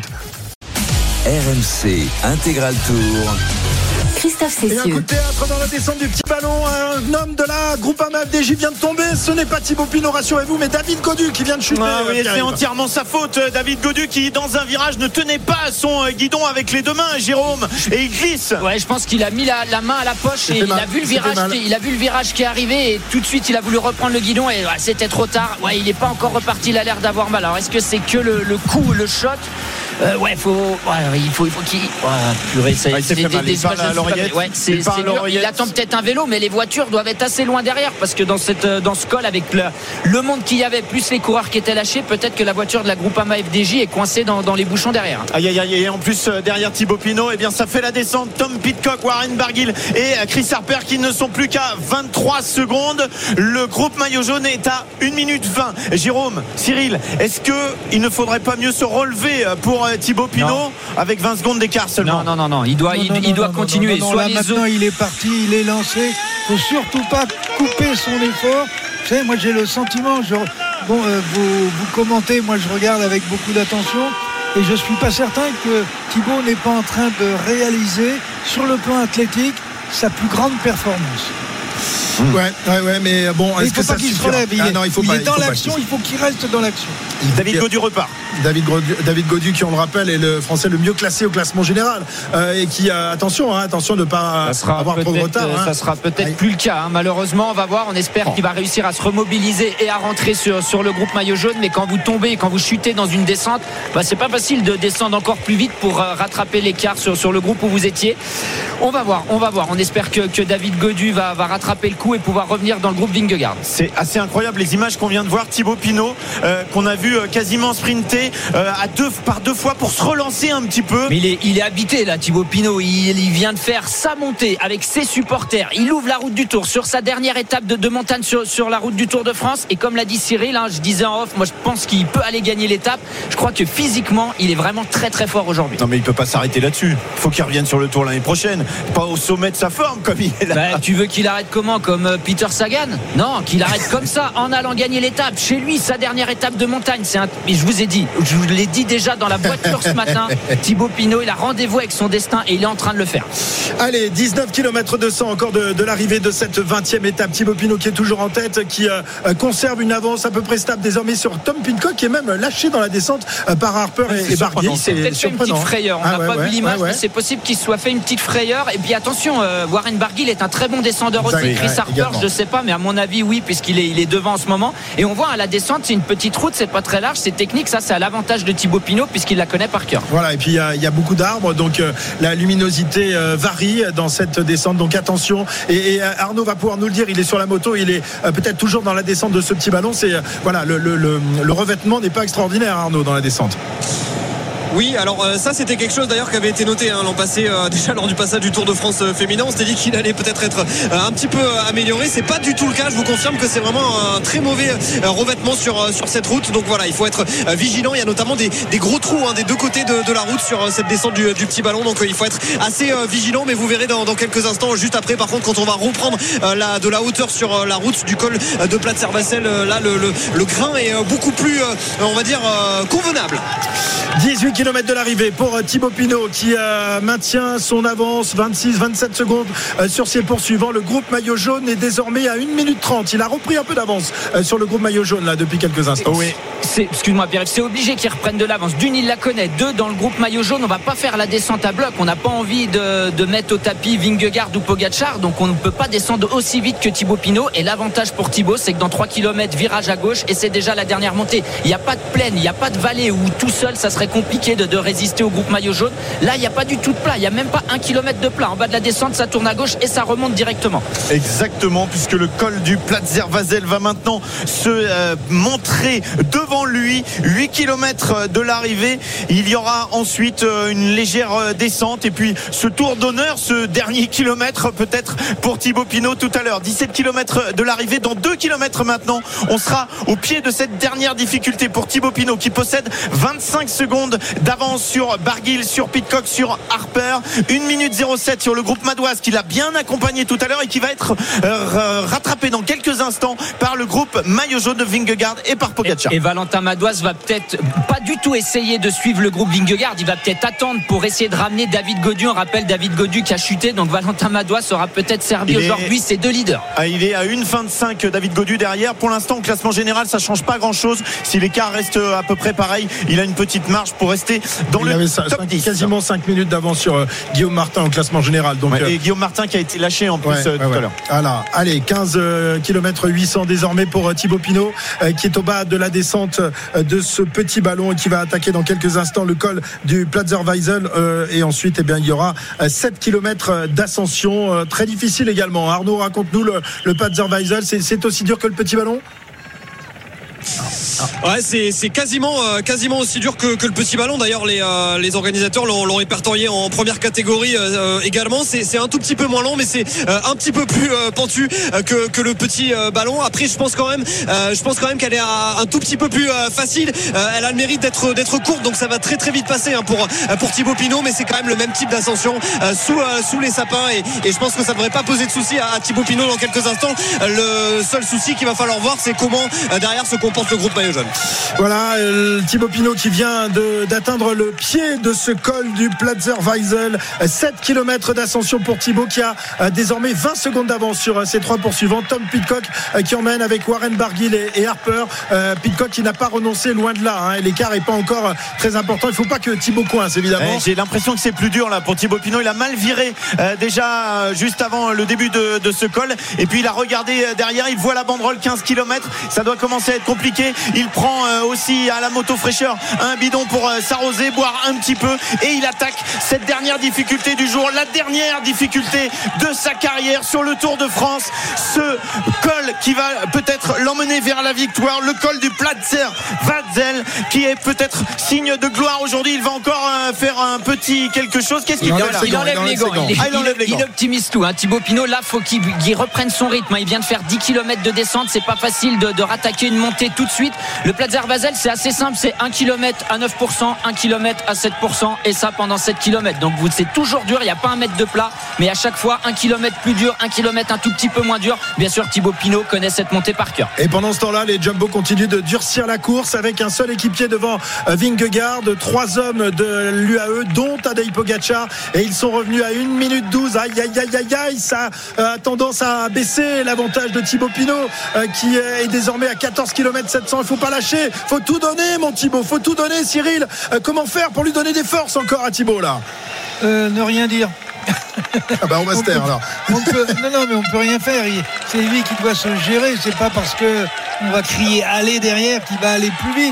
R M C Intégral Tour. Christophe Et un coup Cessieux. de théâtre dans la descente du petit ballon. Un homme de la Groupama F D J vient de tomber. Ce n'est pas Thibaut Pinot, rassurez-vous, mais David Gaudu qui vient de chuter. Ah oui, euh, qui c'est arrive. entièrement sa faute. David Gaudu qui, dans un virage, ne tenait pas son euh, guidon avec les deux mains, Jérôme, et il glisse. Ouais, je pense qu'il a mis la, la main à la poche et fait il mal, a vu le ça fait virage, mal. qui, il a vu le virage qui est arrivé et tout de suite il a voulu reprendre le guidon et ouais, c'était trop tard. Ouais, il n'est pas encore reparti. Il a l'air d'avoir mal. Alors est-ce que c'est que le, le coup, le choc? Euh, ouais, faut, ouais, il faut, il faut qu'il. Ouais, purée, ça, Ah, il s'est c'est fait des- mal. des Il parle images à de l'oreillette. super- ouais, c'est, Il parle c'est à dur. l'oreillette. Il attend peut-être un vélo, mais les voitures doivent être assez loin derrière parce que dans cette, dans ce col avec le, le monde qu'il y avait plus les coureurs qui étaient lâchés, peut-être que la voiture de la Groupama F D J est coincée dans, dans les bouchons derrière. Aïe aïe aïe, et en plus euh, derrière Thibaut Pinot, eh bien ça fait la descente. Tom Pidcock, Warren Barguil et euh, Chris Harper qui ne sont plus qu'à vingt-trois secondes. Le groupe maillot jaune est à une minute vingt. Jérôme, Cyril, est-ce qu'il ne faudrait pas mieux se relever euh, pour euh, Thibaut Pinot Non. avec vingt secondes d'écart seulement? Non, non, non, non, il doit, Non, il, non, il non, doit non, continuer. non, non, Soit là, les maintenant, autres- il est parti, il est lancé. Faut surtout pas couper son effort. Vous savez, moi, j'ai le sentiment. Je, bon, euh, vous, vous commentez, moi, je regarde avec beaucoup d'attention. Et je suis pas certain que Thibaut n'est pas en train de réaliser, sur le plan athlétique, sa plus grande performance. Ouais, ouais, ouais, mais bon, Mais est-ce il faut que pas ça qu'il se suffira? relève. Il, Ah est, non, il faut il pas, est il dans faut pas l'action, qu'il- il faut qu'il reste dans l'action. David Gaudu repart. David Gaudu, David Gaudu, qui on le rappelle est le Français le mieux classé au classement général euh, et qui a attention, hein, attention de ne pas Ça sera avoir trop de peut-être, retard. euh, hein. ça sera peut-être Aïe. plus le cas. hein. Malheureusement, on va voir. On espère qu'il va réussir à se remobiliser et à rentrer sur, sur le groupe maillot jaune. Mais quand vous tombez, quand vous chutez dans une descente, bah, c'est pas facile de descendre encore plus vite pour euh, rattraper l'écart sur, sur le groupe où vous étiez. On va voir, on va voir. On espère que, que David Gaudu va, va rattraper le coup et pouvoir revenir dans le groupe Vingegaard. C'est assez incroyable les images qu'on vient de voir. Thibaut Pinot euh, qu'on a vu euh, quasiment sprinter euh, à deux, par deux fois pour se relancer un petit peu. Mais il est, il est habité là, Thibaut Pinot. Il, il vient de faire sa montée avec ses supporters. Il ouvre la route du Tour sur sa dernière étape de, de montagne sur, sur la route du Tour de France. Et comme l'a dit Cyril, hein, je disais en off, moi je pense qu'il peut aller gagner l'étape. Je crois que physiquement, il est vraiment très très fort aujourd'hui. Non mais il peut pas s'arrêter là-dessus. Il faut qu'il revienne sur le Tour l'année prochaine. Pas au sommet de sa forme comme il est là. Bah, tu veux qu'il arrête comment? Comme euh, Peter Sagan? Non, qu'il arrête comme ça en allant gagner l'étape. Chez lui, sa dernière étape de montagne. C'est un... Mais je vous ai dit, je vous l'ai dit déjà dans la voiture ce matin. Thibaut Pinot, il a rendez-vous avec son destin et il est en train de le faire. Allez, dix-neuf kilomètres deux cents encore de, de l'arrivée de cette vingtième étape. Thibaut Pinot qui est toujours en tête, qui euh, conserve une avance à peu près stable désormais sur Tom Pidcock, qui est même lâché dans la descente euh, par Harper Ouais, et, c'est et Barguil. Il s'est peut-être fait une petite surprenant. frayeur. On Ah n'a ouais, pas ouais, vu l'image, ouais, ouais. mais c'est possible qu'il se soit fait une petite frayeur. Et puis attention, euh, Warren Barguil est un très bon descendeur aussi. Exact, Chris ouais, Harper, également. je ne sais pas, mais à mon avis, oui, puisqu'il est, il est devant en ce moment. Et on voit à la descente, c'est une petite route, c'est pas très large, c'est technique. Ça, c'est à l'avantage de Thibaut Pinot puisqu'il la connaît par cœur. Voilà, et puis il y, y a beaucoup d'arbres, donc euh, la luminosité euh, varie dans cette descente, donc attention. Et, et Arnaud va pouvoir nous le dire, il est sur la moto, il est euh, peut-être toujours dans la descente de ce petit ballon. C'est euh, voilà, le, le, le, le revêtement n'est pas extraordinaire, Arnaud, dans la descente. Oui, alors euh, ça c'était quelque chose d'ailleurs qui avait été noté hein, l'an passé euh, déjà lors du passage du Tour de France euh, féminin. On s'était dit qu'il allait peut-être être euh, un petit peu euh, amélioré. C'est pas du tout le cas. Je vous confirme que c'est vraiment un très mauvais euh, revêtement sur euh, sur cette route. Donc voilà, il faut être euh, vigilant. Il y a notamment des, des gros trous hein, des deux côtés de, de la route sur euh, cette descente du, du petit ballon. Donc euh, il faut être assez euh, vigilant. Mais vous verrez dans, dans quelques instants, juste après, par contre, quand on va reprendre euh, la, de la hauteur sur euh, la route du col euh, de Platz-Herbacel, euh, là le, le, le grain est euh, beaucoup plus, euh, on va dire, euh, convenable. dix-huit kilomètres de l'arrivée pour Thibaut Pinot qui euh, maintient son avance, vingt-six vingt-sept secondes euh, sur ses poursuivants. Le groupe maillot jaune est désormais à une minute trente. Il a repris un peu d'avance euh, sur le groupe maillot jaune là depuis quelques instants. Oui. C'est, excuse-moi Pierre, c'est obligé qu'ils reprennent de l'avance. D'une, il la connaît. Deux, dans le groupe maillot jaune, on va pas faire la descente à bloc. On n'a pas envie de, de mettre au tapis Vingegaard ou Pogacar, donc on ne peut pas descendre aussi vite que Thibaut Pinot. Et l'avantage pour Thibaut, c'est que dans trois kilomètres, virage à gauche, et c'est déjà la dernière montée. Il n'y a pas de plaine, il n'y a pas de vallée où tout seul, ça serait compliqué de, de résister au groupe maillot jaune. Là, il n'y a pas du tout de plat. Il n'y a même pas un kilomètre de plat. En bas de la descente, ça tourne à gauche et ça remonte directement. Exactement, puisque le col du Platz-Herbacel va maintenant se euh, montrer devant lui. huit kilomètres de l'arrivée. Il y aura ensuite euh, une légère descente et puis ce tour d'honneur, ce dernier kilomètre peut-être pour Thibaut Pinot tout à l'heure. dix-sept kilomètres de l'arrivée. Dans deux kilomètres maintenant, on sera au pied de cette dernière difficulté pour Thibaut Pinot qui possède vingt-cinq secondes d'avance sur Barguil, sur Pidcock, sur Harper. une minute zéro sept sur le groupe Madouas qui l'a bien accompagné tout à l'heure et qui va être euh, rattrapé dans quelques instants par le groupe maillot jaune de Vingegaard et par Pogacar. Et, et Valentin Madouas va peut-être pas du tout essayer de suivre le groupe Vingegaard. Il va peut-être attendre pour essayer de ramener David Gaudu. On rappelle David Gaudu qui a chuté, donc Valentin Madouas sera peut-être servi il aujourd'hui. Est... C'est deux leaders. Ah, il est à une vingt-cinq David Gaudu derrière. Pour l'instant, au classement général, ça change pas grand-chose. Si l'écart reste à peu près pareil, il a une petite marge pour rester dans il le avait top dix. Quasiment cinq minutes d'avance sur euh, Guillaume Martin au classement général. Donc, ouais, euh... et Guillaume Martin qui a été lâché en plus ouais, euh, ouais, tout ouais. à l'heure. Voilà. Allez, quinze kilomètres huit cents désormais pour euh, Thibaut Pinot euh, qui est au bas de la descente euh, de ce petit ballon et qui va attaquer dans quelques instants le col du Platz-Herbacel euh, et ensuite eh bien, il y aura euh, sept kilomètres d'ascension euh, très difficile également. Arnaud, raconte-nous le, le Platz-Herbacel, c'est, c'est aussi dur que le petit ballon? Ouais, c'est, c'est quasiment, euh, quasiment aussi dur que, que le petit ballon. D'ailleurs, les, euh, les organisateurs l'ont, l'ont répertorié en première catégorie euh, également. C'est, c'est un tout petit peu moins long, mais c'est euh, un petit peu plus euh, pentu euh, que, que le petit euh, ballon. Après, je pense quand même, euh, je pense quand même qu'elle est un, un tout petit peu plus euh, facile. Euh, elle a le mérite d'être, d'être courte, donc ça va très très vite passer hein, pour, pour Thibaut Pinot, mais c'est quand même le même type d'ascension euh, sous, euh, sous les sapins. Et, et je pense que ça ne devrait pas poser de soucis à, à Thibaut Pinot dans quelques instants. Le seul souci qu'il va falloir voir, c'est comment euh, derrière se comporte le groupe maillot jaune. Voilà, euh, Thibaut Pinot qui vient de, d'atteindre le pied de ce col du Platz-Herbacel. sept kilomètres d'ascension pour Thibaut qui a euh, désormais vingt secondes d'avance sur euh, ses trois poursuivants. Tom Pidcock euh, qui emmène avec Warren Barguil et, et Harper. Euh, Pidcock qui n'a pas renoncé, loin de là. Hein, et l'écart n'est pas encore euh, très important. Il ne faut pas que Thibaut coince, évidemment. Eh, j'ai l'impression que c'est plus dur là pour Thibaut Pinot. Il a mal viré euh, déjà euh, juste avant le début de, de ce col. Et puis il a regardé euh, derrière. Il voit la banderole quinze kilomètres. Ça doit commencer à être compliqué. Il prend euh, aussi à la moto fraîcheur un bidon pour euh, s'arroser, boire un petit peu et il attaque cette dernière difficulté du jour, la dernière difficulté de sa carrière sur le Tour de France, ce col qui va peut-être l'emmener vers la victoire, le col du Platz-Herbacel qui est peut-être signe de gloire aujourd'hui. Il va encore euh, faire un petit quelque chose. Qu'est-ce qu'il il, fait là? il enlève les gants, il, ah, il, enlève les gants. Il optimise tout hein. Thibaut Pinot là faut qu'il, qu'il reprenne son rythme hein. Il vient de faire dix kilomètres de descente, c'est pas facile de, de rattaquer une montée tout de suite. Le Platz-Herbacel c'est assez simple, c'est un kilomètre à neuf pour cent, un kilomètre à sept pour cent et ça pendant sept kilomètres. Donc c'est toujours dur, il n'y a pas un mètre de plat, mais à chaque fois un kilomètre plus dur, un kilomètre un tout petit peu moins dur. Bien sûr Thibaut Pinot connaît cette montée par cœur. Et pendant ce temps-là, les Jumbo continuent de durcir la course avec un seul équipier devant Vingegaard, trois hommes de l'U A E dont Tadej Pogacar et ils sont revenus à une minute douze. Aïe aïe aïe aïe aïe, ça a tendance à baisser l'avantage de Thibaut Pinot euh, qui est désormais à quatorze kilomètres sept cents. Il ne faut pas lâcher, il faut tout donner mon Thibaut, il faut tout donner Cyril. Euh, comment faire pour lui donner des forces encore à Thibaut là? euh, Ne rien dire. Ah bah on va se taire alors. On peut, non non mais on peut rien faire. C'est lui qui doit se gérer. C'est pas parce que on va crier aller derrière qu'il va aller plus vite.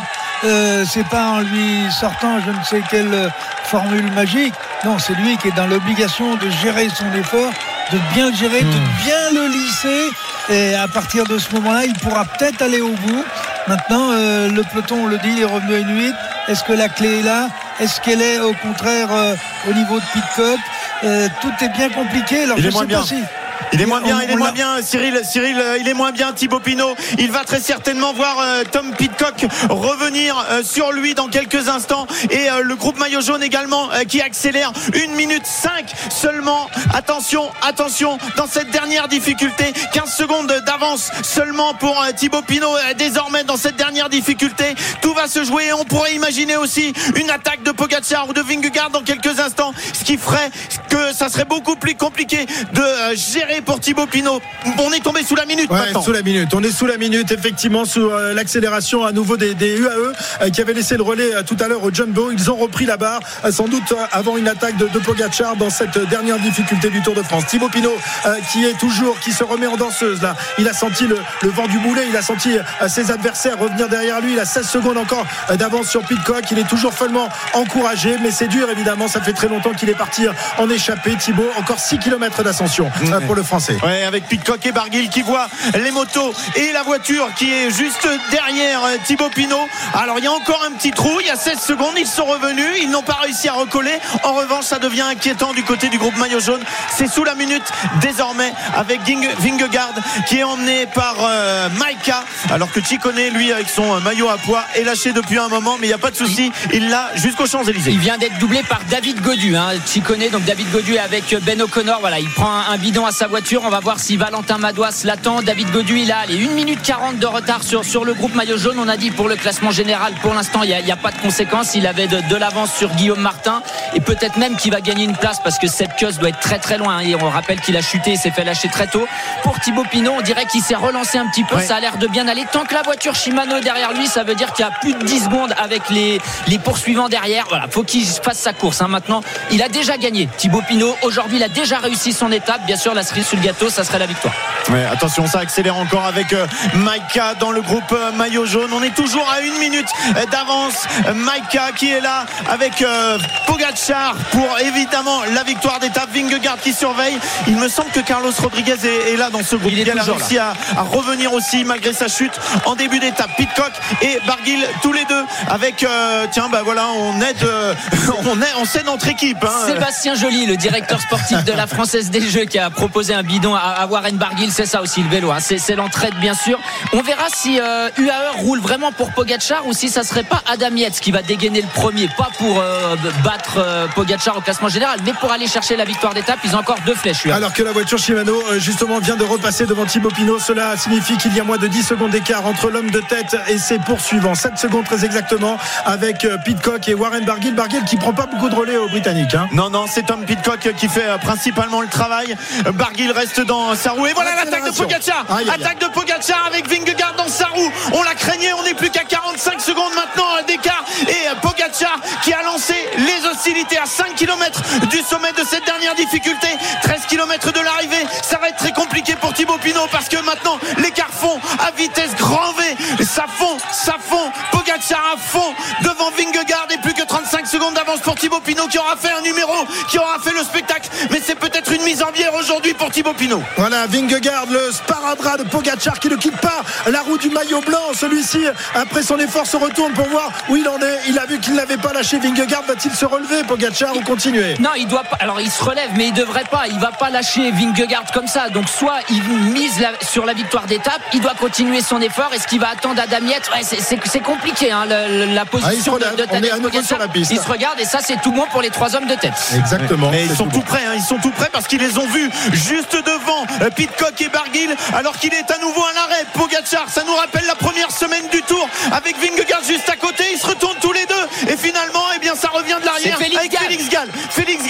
euh, c'est pas en lui sortant je ne sais quelle formule magique. Non, c'est lui qui est dans l'obligation de gérer son effort, de bien le gérer, mmh. de bien le lisser. Et à partir de ce moment-là, il pourra peut-être aller au bout. Maintenant, euh, le peloton, on le dit, est revenu à une huit. Est-ce que la clé est là? Est-ce qu'elle est au contraire euh, au niveau de Pidcock? euh, Tout est bien compliqué. Alors, il je est moins sais bien. pas si... Il est moins bien, on, il est moins bien, Cyril, Cyril, il est moins bien, Thibaut Pinot. Il va très certainement voir euh, Tom Pidcock revenir euh, sur lui dans quelques instants. Et euh, le groupe maillot jaune également euh, qui accélère. une minute cinq seulement. Attention, attention, dans cette dernière difficulté. quinze secondes d'avance seulement pour euh, Thibaut Pinot. Euh, désormais, dans cette dernière difficulté, tout va se jouer. On pourrait imaginer aussi une attaque de Pogacar ou de Vingegaard dans quelques instants. Ce qui ferait que ça serait beaucoup plus compliqué de euh, gérer pour Thibaut Pinot. On est tombé sous la minute ouais, maintenant. Sous la minute. On est sous la minute, effectivement, sous euh, l'accélération à nouveau des, des U A E euh, qui avaient laissé le relais euh, tout à l'heure au Jumbo. Ils ont repris la barre, euh, sans doute euh, avant une attaque de, de Pogacar dans cette dernière difficulté du Tour de France. Thibaut Pinot euh, qui est toujours, qui se remet en danseuse là. Il a senti le, le vent du boulet, il a senti euh, ses adversaires revenir derrière lui. Il a seize secondes encore euh, d'avance sur Pidcock. Il est toujours follement encouragé, mais c'est dur évidemment. Ça fait très longtemps qu'il est parti en échappée. Thibaut, encore six kilomètres d'ascension euh, pour le Français. Ouais, avec Pidcock et Barguil qui voient les motos et la voiture qui est juste derrière Thibaut Pinot. Alors il y a encore un petit trou, il y a seize secondes, ils sont revenus, ils n'ont pas réussi à recoller. En revanche, ça devient inquiétant du côté du groupe maillot jaune. C'est sous la minute désormais avec Vingegaard qui est emmené par euh, Maïka, alors que Ciccone, lui, avec son maillot à pois, est lâché depuis un moment, mais il n'y a pas de souci, il l'a jusqu'aux Champs-Élysées. Il vient d'être doublé par David Gaudu, hein. Ciccone, donc David Gaudu avec Ben O'Connor. Voilà, il prend un, un bidon à sa voiture. On va voir si Valentin Madouas l'attend. David Gaudu, il a allez, une minute quarante de retard sur, sur le groupe maillot jaune. On a dit pour le classement général, pour l'instant, il n'y a, a pas de conséquences. Il avait de, de l'avance sur Guillaume Martin et peut-être même qu'il va gagner une place parce que Sepp Kuss doit être très très loin. Et on rappelle qu'il a chuté et s'est fait lâcher très tôt. Pour Thibaut Pinot, on dirait qu'il s'est relancé un petit peu. Ouais. Ça a l'air de bien aller. Tant que la voiture Shimano est derrière lui, ça veut dire qu'il y a plus de dix secondes avec les, les poursuivants derrière. Voilà, faut qu'il fasse sa course. Hein. Maintenant, il a déjà gagné. Thibaut Pinot, aujourd'hui, il a déjà réussi son étape. Bien sûr, la cerise sur le gâteau, ça serait la victoire. Ouais, attention, ça accélère encore avec euh, Maïka dans le groupe euh, maillot jaune. On est toujours à une minute euh, d'avance. Euh, Maïka qui est là avec euh, Pogacar pour évidemment la victoire d'étape. Vingegaard qui surveille. Il me semble que Carlos Rodriguez est, est là dans ce groupe. Il, il a réussi à, à revenir aussi malgré sa chute en début d'étape. Pidcock et Barguil tous les deux avec euh, tiens bah voilà on aide euh, on est on sait notre équipe. Hein. Sébastien Joly, le directeur sportif de la Française des Jeux, qui a proposé un bidon à, à Warren Barguil. C'est ça aussi le vélo. Hein. C'est, c'est l'entraide bien sûr. On verra si euh, U A E roule vraiment pour Pogacar ou si ça serait pas Adam Yates qui va dégainer le premier, pas pour euh, battre euh, Pogacar au classement général, mais pour aller chercher la victoire d'étape. Ils ont encore deux flèches. U A E. Alors que la voiture Shimano justement vient de repasser devant Thibaut Pinot, cela signifie qu'il y a moins de dix secondes d'écart entre l'homme de tête et ses poursuivants. sept secondes très exactement avec Pidcock et Warren Barguil. Barguil qui prend pas beaucoup de relais aux Britanniques. Hein. Non, non, c'est Tom Pidcock qui fait principalement le travail. Barguil reste dans sa roue. Et voilà l'attaque de Pogacar. Aïe, aïe, attaque aïe. de Pogacar avec Vingegaard dans sa roue. On l'a craignait, on n'est plus qu'à quarante-cinq secondes maintenant d'écart. Et Pogacar qui a lancé les hostilités à cinq kilomètres du sommet de cette dernière difficulté. treize kilomètres de l'arrivée. Ça va être très compliqué pour Thibaut Pinot parce que maintenant l'écart fond à vitesse grand V. Ça fond, ça fond. Pogacar à fond devant Vingegaard et plus que trente-cinq secondes d'avance pour Thibaut Pinot qui aura fait un numéro, qui aura fait le spectacle. Mais c'est peut-être une mise en bière aujourd'hui pour Thibaut Pinot. Voilà, Vingegaard, le sparadrap de Pogacar qui ne quitte pas la roue du maillot blanc. Celui-ci, après son effort, se retourne pour voir où il en est. Il a vu qu'il n'avait pas lâché Vingegaard. Va-t-il se relever, Pogacar, ou continuer? Non, il doit pas. Alors, il se relève, mais il devrait pas. Il va pas lâcher Vingegaard comme ça. Donc, soit il mise la, sur la victoire d'étape, il doit continuer son effort. Est-ce qu'il va attendre Adam Yates? Ouais, c'est, c'est, c'est compliqué, hein, le, la position ah, de, de Tadej Pogacar. Il se regarde et ça, c'est tout bon pour les trois hommes de tête. Exactement. Mais ils sont tout, tout prêts, hein, ils sont tout prêts parce qu'ils les ont vus juste devant euh, Pidcock et Barguil, alors qu'il est à nouveau à l'arrêt. Pogacar, ça nous rappelle la première semaine du Tour avec Vingegaard juste à côté. Ils se retournent tous les deux et finalement, eh bien, ça revient de l'arrière Félix avec Gall. Félix Gall. Félix Gall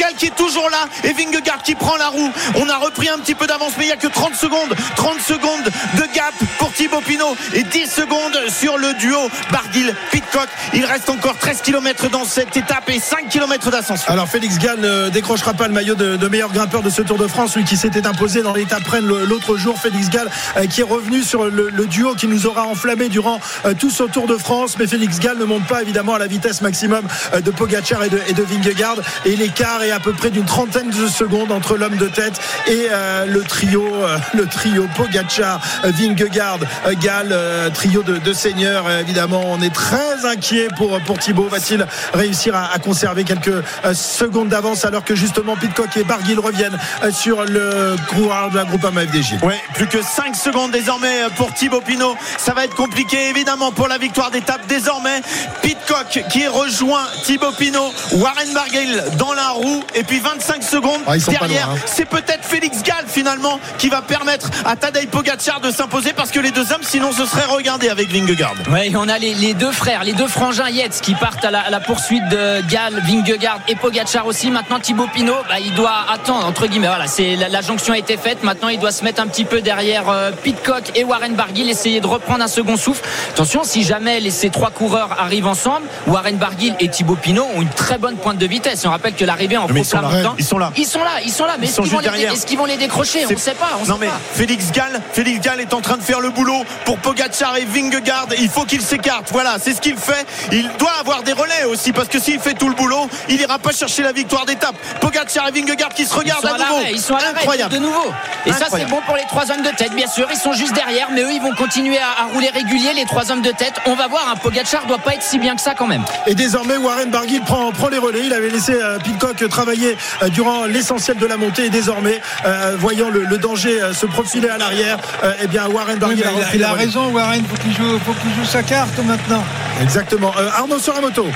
Gall qui est toujours là et Vingegaard qui prend la roue. On a repris un petit peu d'avance, mais il n'y a que trente secondes trente secondes de gap pour Thibaut Pinot et dix secondes sur le duo Barguil-Pidcock. Il reste encore treize kilomètres dans cette étape et cinq kilomètres d'ascension. Alors Félix Gall ne décrochera pas le maillot de, de meilleur grimpeur de ce Tour de France, lui qui s'était imposé dans l'étape Rennes l'autre jour. Félix Gall euh, qui est revenu sur le, le duo qui nous aura enflammé durant euh, tout ce Tour de France, mais Félix Gall ne monte pas évidemment à la vitesse maximum euh, de Pogacar et de, et de Vingegaard, et l'écart est à peu près d'une trentaine de secondes entre l'homme de tête et euh, le trio euh, le trio Pogacar, Vingegaard, euh, Gall, euh, trio de, de seigneurs. Euh, évidemment on est très inquiet pour, pour Thibaut. Va-t-il réussir à, à conserver quelques euh, secondes d'avance alors que justement Pidcock et Barguil reviennent euh, sur le coureur de la Groupama F D J? Ouais, plus que cinq secondes désormais pour Thibaut Pinot. Ça va être compliqué évidemment pour la victoire d'étape. Désormais Pidcock qui rejoint Thibaut Pinot, Warren Barguil dans la roue, et puis vingt-cinq secondes ah, derrière, loin, hein. C'est peut-être Félix Gall finalement qui va permettre à Tadej Pogacar de s'imposer, parce que les deux hommes sinon se seraient regardés avec Vingegaard. Ouais, on a les, les deux frères, les deux frangins Yates qui partent à la, à la poursuite de Gall, Vingegaard et Pogacar aussi. Maintenant Thibaut Pinot, bah, il doit attendre entre guillemets. Voilà, c'est la, la jonction a été faite. Maintenant il doit se mettre un petit peu derrière euh, Pidcock et Warren Barguil, essayer de reprendre un second souffle. Attention, si jamais les, ces trois coureurs arrivent ensemble, Warren Barguil et Thibaut Pinot ont une très bonne pointe de vitesse. On rappelle que l'arrivée en faux plein temps, ils sont là, ils sont là, ils sont là. Mais ils est-ce, sont qu'ils vont les, est-ce qu'ils vont les décrocher? On ne sait pas. On non sait mais pas. Félix Gall, Félix Gall est en train de faire le boulot pour Pogacar et Vingegaard. Il faut qu'il s'écarte. Voilà, c'est ce qu'il fait. Il doit avoir des relais aussi, parce que s'il fait tout le boulot, il ira pas chercher la victoire d'étape. Pogacar et Vingegaard qui se regardent à nouveau. Ils sont à l'arrêt, incroyable, de nouveau. Et incroyable. Ça c'est bon pour les trois hommes de tête. Bien sûr, ils sont juste derrière, mais eux ils vont continuer à, à rouler régulier. Les trois hommes de tête. On va voir. Un Pogacar doit pas être si bien que ça quand même. Et désormais Warren Barguil prend, prend les relais. Il avait laissé euh, Pidcock travailler euh, durant l'essentiel de la montée, et désormais euh, voyant le, le danger euh, se profiler à l'arrière, euh, eh bien Warren Barguil oui, a repris il a, les il a raison. Warren, faut qu'il joue, faut qu'il joue sa carte maintenant. Exactement. euh, Arnaud sur la moto.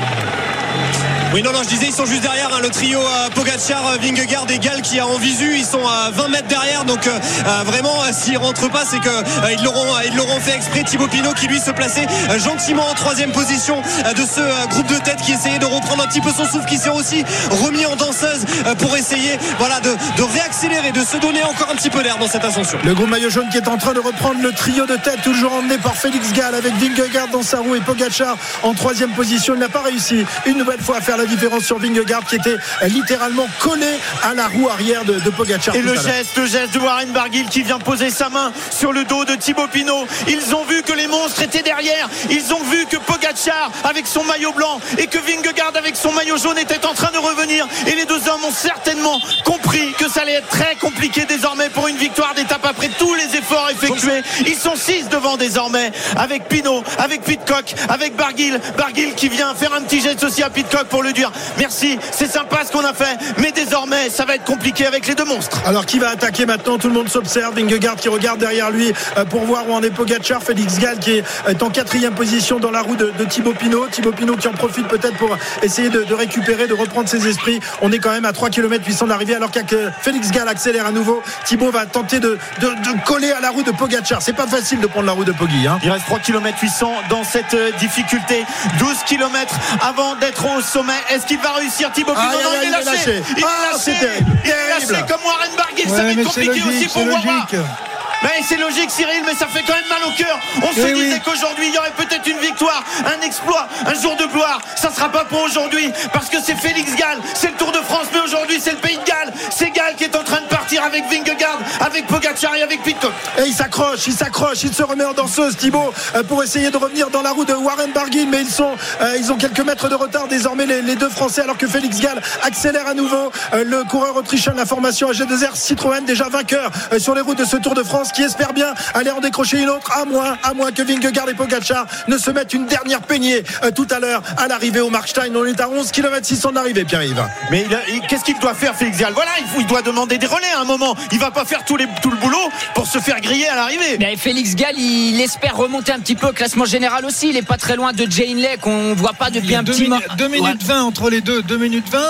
Oui, non, non, je disais, ils sont juste derrière, hein, le trio euh, Pogacar, euh, Vingegaard et Gall qui a en visu. Ils sont à vingt mètres derrière, donc euh, euh, vraiment, euh, s'ils rentrent pas, c'est que euh, ils l'auront, euh, ils l'auront fait exprès. Thibaut Pinot qui lui se plaçait euh, gentiment en troisième position euh, de ce euh, groupe de tête qui essayait de reprendre un petit peu son souffle, qui s'est aussi remis en danseuse euh, pour essayer, voilà, de, de réaccélérer, de se donner encore un petit peu d'air dans cette ascension. Le groupe maillot jaune qui est en train de reprendre le trio de tête, toujours emmené par Félix Gall avec Vingegaard dans sa roue et Pogacar en troisième position. Il n'a pas réussi une nouvelle fois à faire la différence sur Vingegaard qui était littéralement collé à la roue arrière de, de Pogacar. Et le geste, le geste de Warren Barguil qui vient poser sa main sur le dos de Thibaut Pinot. Ils ont vu que les monstres étaient derrière. Ils ont vu que Pogacar avec son maillot blanc et que Vingegaard avec son maillot jaune étaient en train de revenir. Et les deux hommes ont certainement compris que ça allait être très compliqué désormais pour une victoire d'étape après tous les efforts effectués. Ils sont six devant désormais, avec Pinot, avec Pidcock, avec Barguil. Barguil qui vient faire un petit geste aussi à Pidcock pour lui dire merci, c'est sympa ce qu'on a fait, mais désormais ça va être compliqué avec les deux monstres. Alors qui va attaquer maintenant? Tout le monde s'observe. Vingegaard qui regarde derrière lui pour voir où en est Pogacar. Félix Gall qui est en quatrième position dans la roue de, de Thibaut Pinot. Thibaut Pinot qui en profite peut-être pour essayer de, de récupérer, de reprendre ses esprits. On est quand même à trois kilomètres huit cents d'arrivée, alors que Félix Gall accélère à nouveau. Thibaut va tenter de, de, de coller à la roue de Pogacar. C'est pas facile de prendre la roue de Poggi, hein. Il reste trois kilomètres huit cents dans cette difficulté. douze kilomètres avant d'être au sommet. Est-ce qu'il va réussir Thibaut Pinot? Ah, Non, il est lâché. lâché. Il est ah, lâché. Terrible. Il est lâché comme Warren Barguil. Ouais, ça va être compliqué logique, aussi pour Warren. Mais c'est logique Cyril, mais ça fait quand même mal au cœur. On oui, se disait oui. qu'aujourd'hui il y aurait peut-être une victoire, un exploit, un jour de gloire. Ça sera pas pour aujourd'hui, parce que c'est Félix Gall, c'est le Tour de France, mais aujourd'hui c'est le pays de Galles. C'est Gall qui est en train de partir avec Vingegaard, avec Pogacar et avec Pidcock. Et il s'accroche, il s'accroche, il se remet en danseuse Thibaut pour essayer de revenir dans la roue de Warren Barguil, mais ils sont, euh, ils ont quelques mètres de retard désormais les, les deux Français, alors que Félix Gall accélère à nouveau. Euh, le coureur autrichien de la formation A G deux R Citroën, déjà vainqueur euh, sur les routes de ce Tour de France, qui espère bien aller en décrocher une autre, à moins, à moins que Vingegaard et Pogacar ne se mettent une dernière peignée euh, tout à l'heure à l'arrivée au Markstein. On est à onze kilomètres six cents de l'arrivée, Pierre-Yves. Mais il a, il, qu'est-ce qu'il doit faire Félix Gall? Voilà, il, faut, il doit demander des relais à un moment. Il va pas faire tout, les, tout le boulot pour se faire griller à l'arrivée. Mais Félix Gall, il, il espère remonter un petit peu au classement général aussi. Il est pas très loin de Jay Hindley qu'on voit pas depuis un petit moment. deux minutes vingt entre les deux, deux minutes vingt.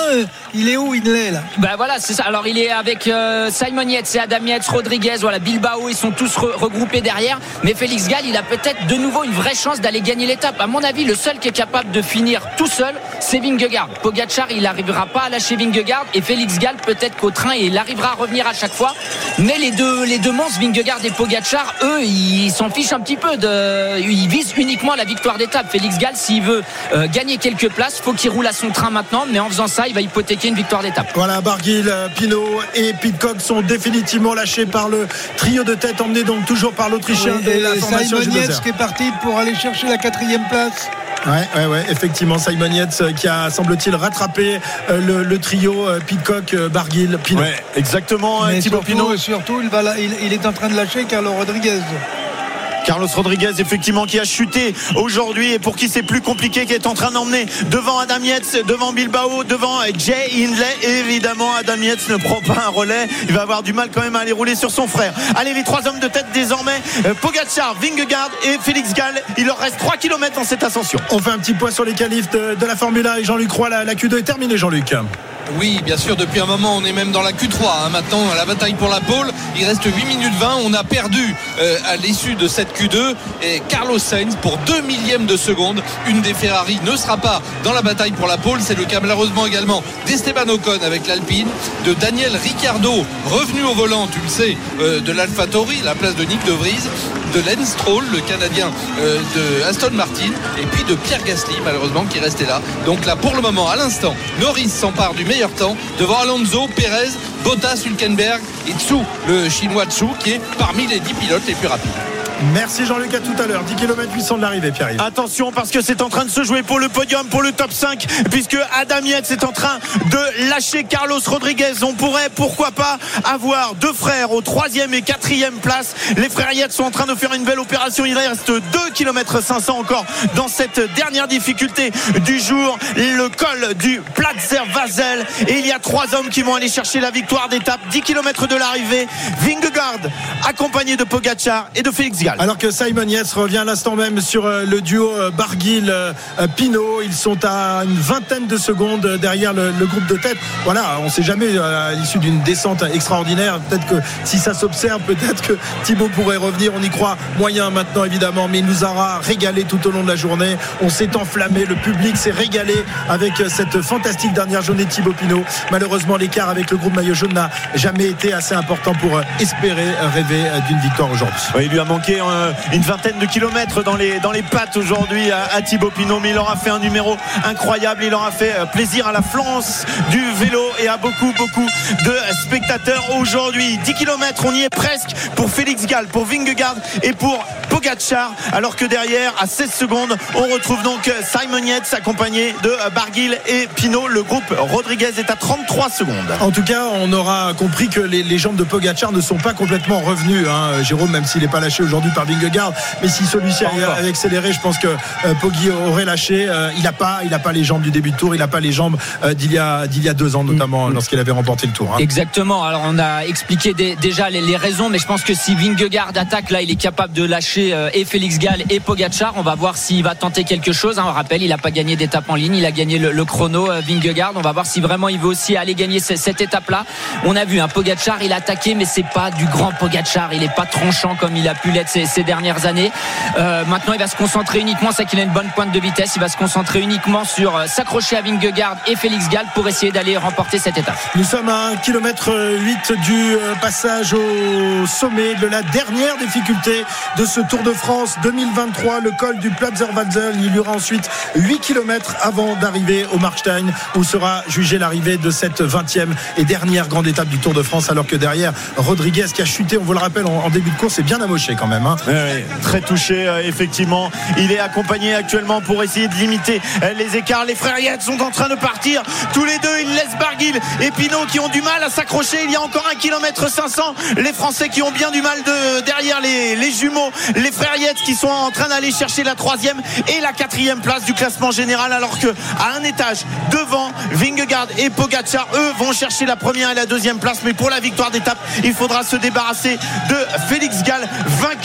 il est où Hindley là? Ben voilà, c'est ça. Alors il est avec euh, Simon Yates et Adam Yates, Rodriguez, voilà, Bilbao, ils sont tous re- regroupés derrière. Mais Félix Gall, il a peut-être de nouveau une vraie chance d'aller gagner l'étape. À mon avis, le seul qui est capable de finir tout seul, c'est Vingegaard. Pogacar, il n'arrivera pas à lâcher Vingegaard, et Félix Gall, peut-être qu'au train, il arrivera à revenir à chaque fois. Mais les deux, les deux monstres, Vingegaard et Pogacar, eux, ils s'en fichent un petit peu. De, ils visent uniquement la victoire d'étape. Félix Gall, s'il veut euh, gagner quelques places, faut qu'il roule à son train maintenant. Mais en faisant ça, il va hypothéquer une victoire d'étape. Voilà, Barguil, Pinot et Pidcock sont définitivement lâchés par le trio de tête, emmené donc toujours par l'Autrichien Oui, de la formation Simon Gilles Yates qui est parti pour aller chercher la quatrième place. Ouais, ouais, ouais, effectivement, Simon Yates qui a, semble-t-il, rattrapé euh, le, le trio euh, Pidcock, euh, Barguil, Pinot. Ouais, exactement, Mais Thibaut surtout, Pinot. surtout il, va là, il, il est en train de lâcher Carlos Rodriguez. Carlos Rodriguez, effectivement, qui a chuté aujourd'hui et pour qui c'est plus compliqué, qui est en train d'emmener devant Adam Yates, devant Bilbao, devant Jay Hindley. Et évidemment, Adam Yates ne prend pas un relais. Il va avoir du mal quand même à aller rouler sur son frère. Allez, les trois hommes de tête désormais, Pogacar, Vingegaard et Félix Gall. Il leur reste trois kilomètres dans cette ascension. On fait un petit point sur les qualifs de, de la Formule un et Jean-Luc Roy, la, la Q deux est terminée, Jean-Luc. Oui, bien sûr, depuis un moment, on est même dans la Q trois. Hein. Maintenant, la bataille pour la pole, il reste huit minutes vingt. On a perdu euh, à l'issue de cette Q deux. Et Carlos Sainz, pour deux millièmes de seconde, une des Ferrari ne sera pas dans la bataille pour la pole. C'est le cas malheureusement également d'Esteban Ocon avec l'Alpine, de Daniel Ricciardo, revenu au volant, tu le sais, euh, de l'AlphaTauri, la place de Nick De Vries, de Lance Stroll, le Canadien euh, de Aston Martin, et puis de Pierre Gasly, malheureusement, qui restait là. Donc là, pour le moment, à l'instant, Norris s'empare du meilleur temps devant Alonso, Pérez, Bottas, Hülkenberg et Tsu, le chinois Tsu, qui est parmi les dix pilotes les plus rapides. Merci Jean-Luc, à tout à l'heure. dix kilomètres huit cents de l'arrivée, Pierre-Yves. Attention, parce que c'est en train de se jouer pour le podium, pour le top cinq, puisque Adam Yates est en train de lâcher Carlos Rodriguez. On pourrait, pourquoi pas, avoir deux frères aux troisième et quatrième place. Les frères Yates sont en train de faire une belle opération. Il reste deux kilomètres cinq cents encore dans cette dernière difficulté du jour, le col du Platzer Vasel. Et il y a trois hommes qui vont aller chercher la victoire d'étape. dix kilomètres de l'arrivée. Vingegaard, accompagné de Pogacar et de Félix Gall. Alors que Simon Yates revient à l'instant même sur le duo Barguil-Pinot. Ils sont à une vingtaine de secondes derrière le, le groupe de tête. Voilà, on ne sait jamais à l'issue d'une descente extraordinaire. Peut-être que si ça s'observe, peut-être que Thibaut pourrait revenir. On y croit moyen maintenant, évidemment, mais il nous aura régalé tout au long de la journée. On s'est enflammé, le public s'est régalé avec cette fantastique dernière journée de Thibaut Pinot. Malheureusement, l'écart avec le groupe maillot jaune n'a jamais été assez important pour espérer rêver d'une victoire aujourd'hui. Ouais, il lui a manqué une vingtaine de kilomètres dans les, dans les pattes aujourd'hui à, à Thibaut Pinot, mais il aura fait un numéro incroyable. Il aura fait plaisir à la France du vélo et à beaucoup beaucoup de spectateurs aujourd'hui. Dix kilomètres, on y est presque pour Félix Gall, pour Vingegaard et pour Pogacar, alors que derrière à seize secondes on retrouve donc Simon Yates accompagné de Barguil et Pinot. Le groupe Rodriguez est à trente-trois secondes. En tout cas, on aura compris que les, les jambes de Pogacar ne sont pas complètement revenues, hein, Jérôme, même s'il n'est pas lâché aujourd'hui par Vingegaard, mais si celui-ci avait accéléré, je pense que euh, Poggi aurait lâché. Euh, il n'a pas, il a pas les jambes du début de tour, il n'a pas les jambes euh, d'il y a d'il y a deux ans, notamment mmh. lorsqu'il avait remporté le tour. Hein. Exactement. Alors on a expliqué des, déjà les, les raisons, mais je pense que si Vingegaard attaque là, il est capable de lâcher euh, et Félix Gall et Pogacar. On va voir s'il va tenter quelque chose. Hein. On rappelle, il n'a pas gagné d'étape en ligne, il a gagné le, le chrono euh, Vingegaard. On va voir si vraiment il veut aussi aller gagner cette, cette étape-là. On a vu un hein, Pogacar, il a attaqué, mais c'est pas du grand Pogacar. Il n'est pas tranchant comme il a pu l'être ces, ces dernières années. Euh, maintenant, il va se concentrer uniquement, c'est qu'il a une bonne pointe de vitesse. Il va se concentrer uniquement sur euh, s'accrocher à Vingegaard et Félix Gall pour essayer d'aller remporter cette étape. Nous sommes à un kilomètre huit du euh, passage au sommet de la dernière difficulté de ce Tour de France deux mille vingt-trois, le col du Platzer Vasel. Il y aura ensuite huit kilomètres avant d'arriver au Markstein, où sera jugée l'arrivée de cette vingtième et dernière grande étape du Tour de France, alors que derrière Rodriguez qui a chuté, on vous le rappelle, en, en début de course, c'est bien amoché quand même. Hein. Oui, oui, très touché, euh, effectivement. Il est accompagné actuellement pour essayer de limiter euh, les écarts. Les frères Yates sont en train de partir. Tous les deux, ils laissent Barguil et Pinot qui ont du mal à s'accrocher. Il y a encore un kilomètre cinq cents. Les Français qui ont bien du mal de, derrière les, les jumeaux. Les frères Yates qui sont en train d'aller chercher la troisième et la quatrième place du classement général, alors que à un étage devant, Vingegaard et Pogacar, eux, vont chercher la première et la deuxième place. Mais pour la victoire d'étape, il faudra se débarrasser de Félix Gall, vainqueur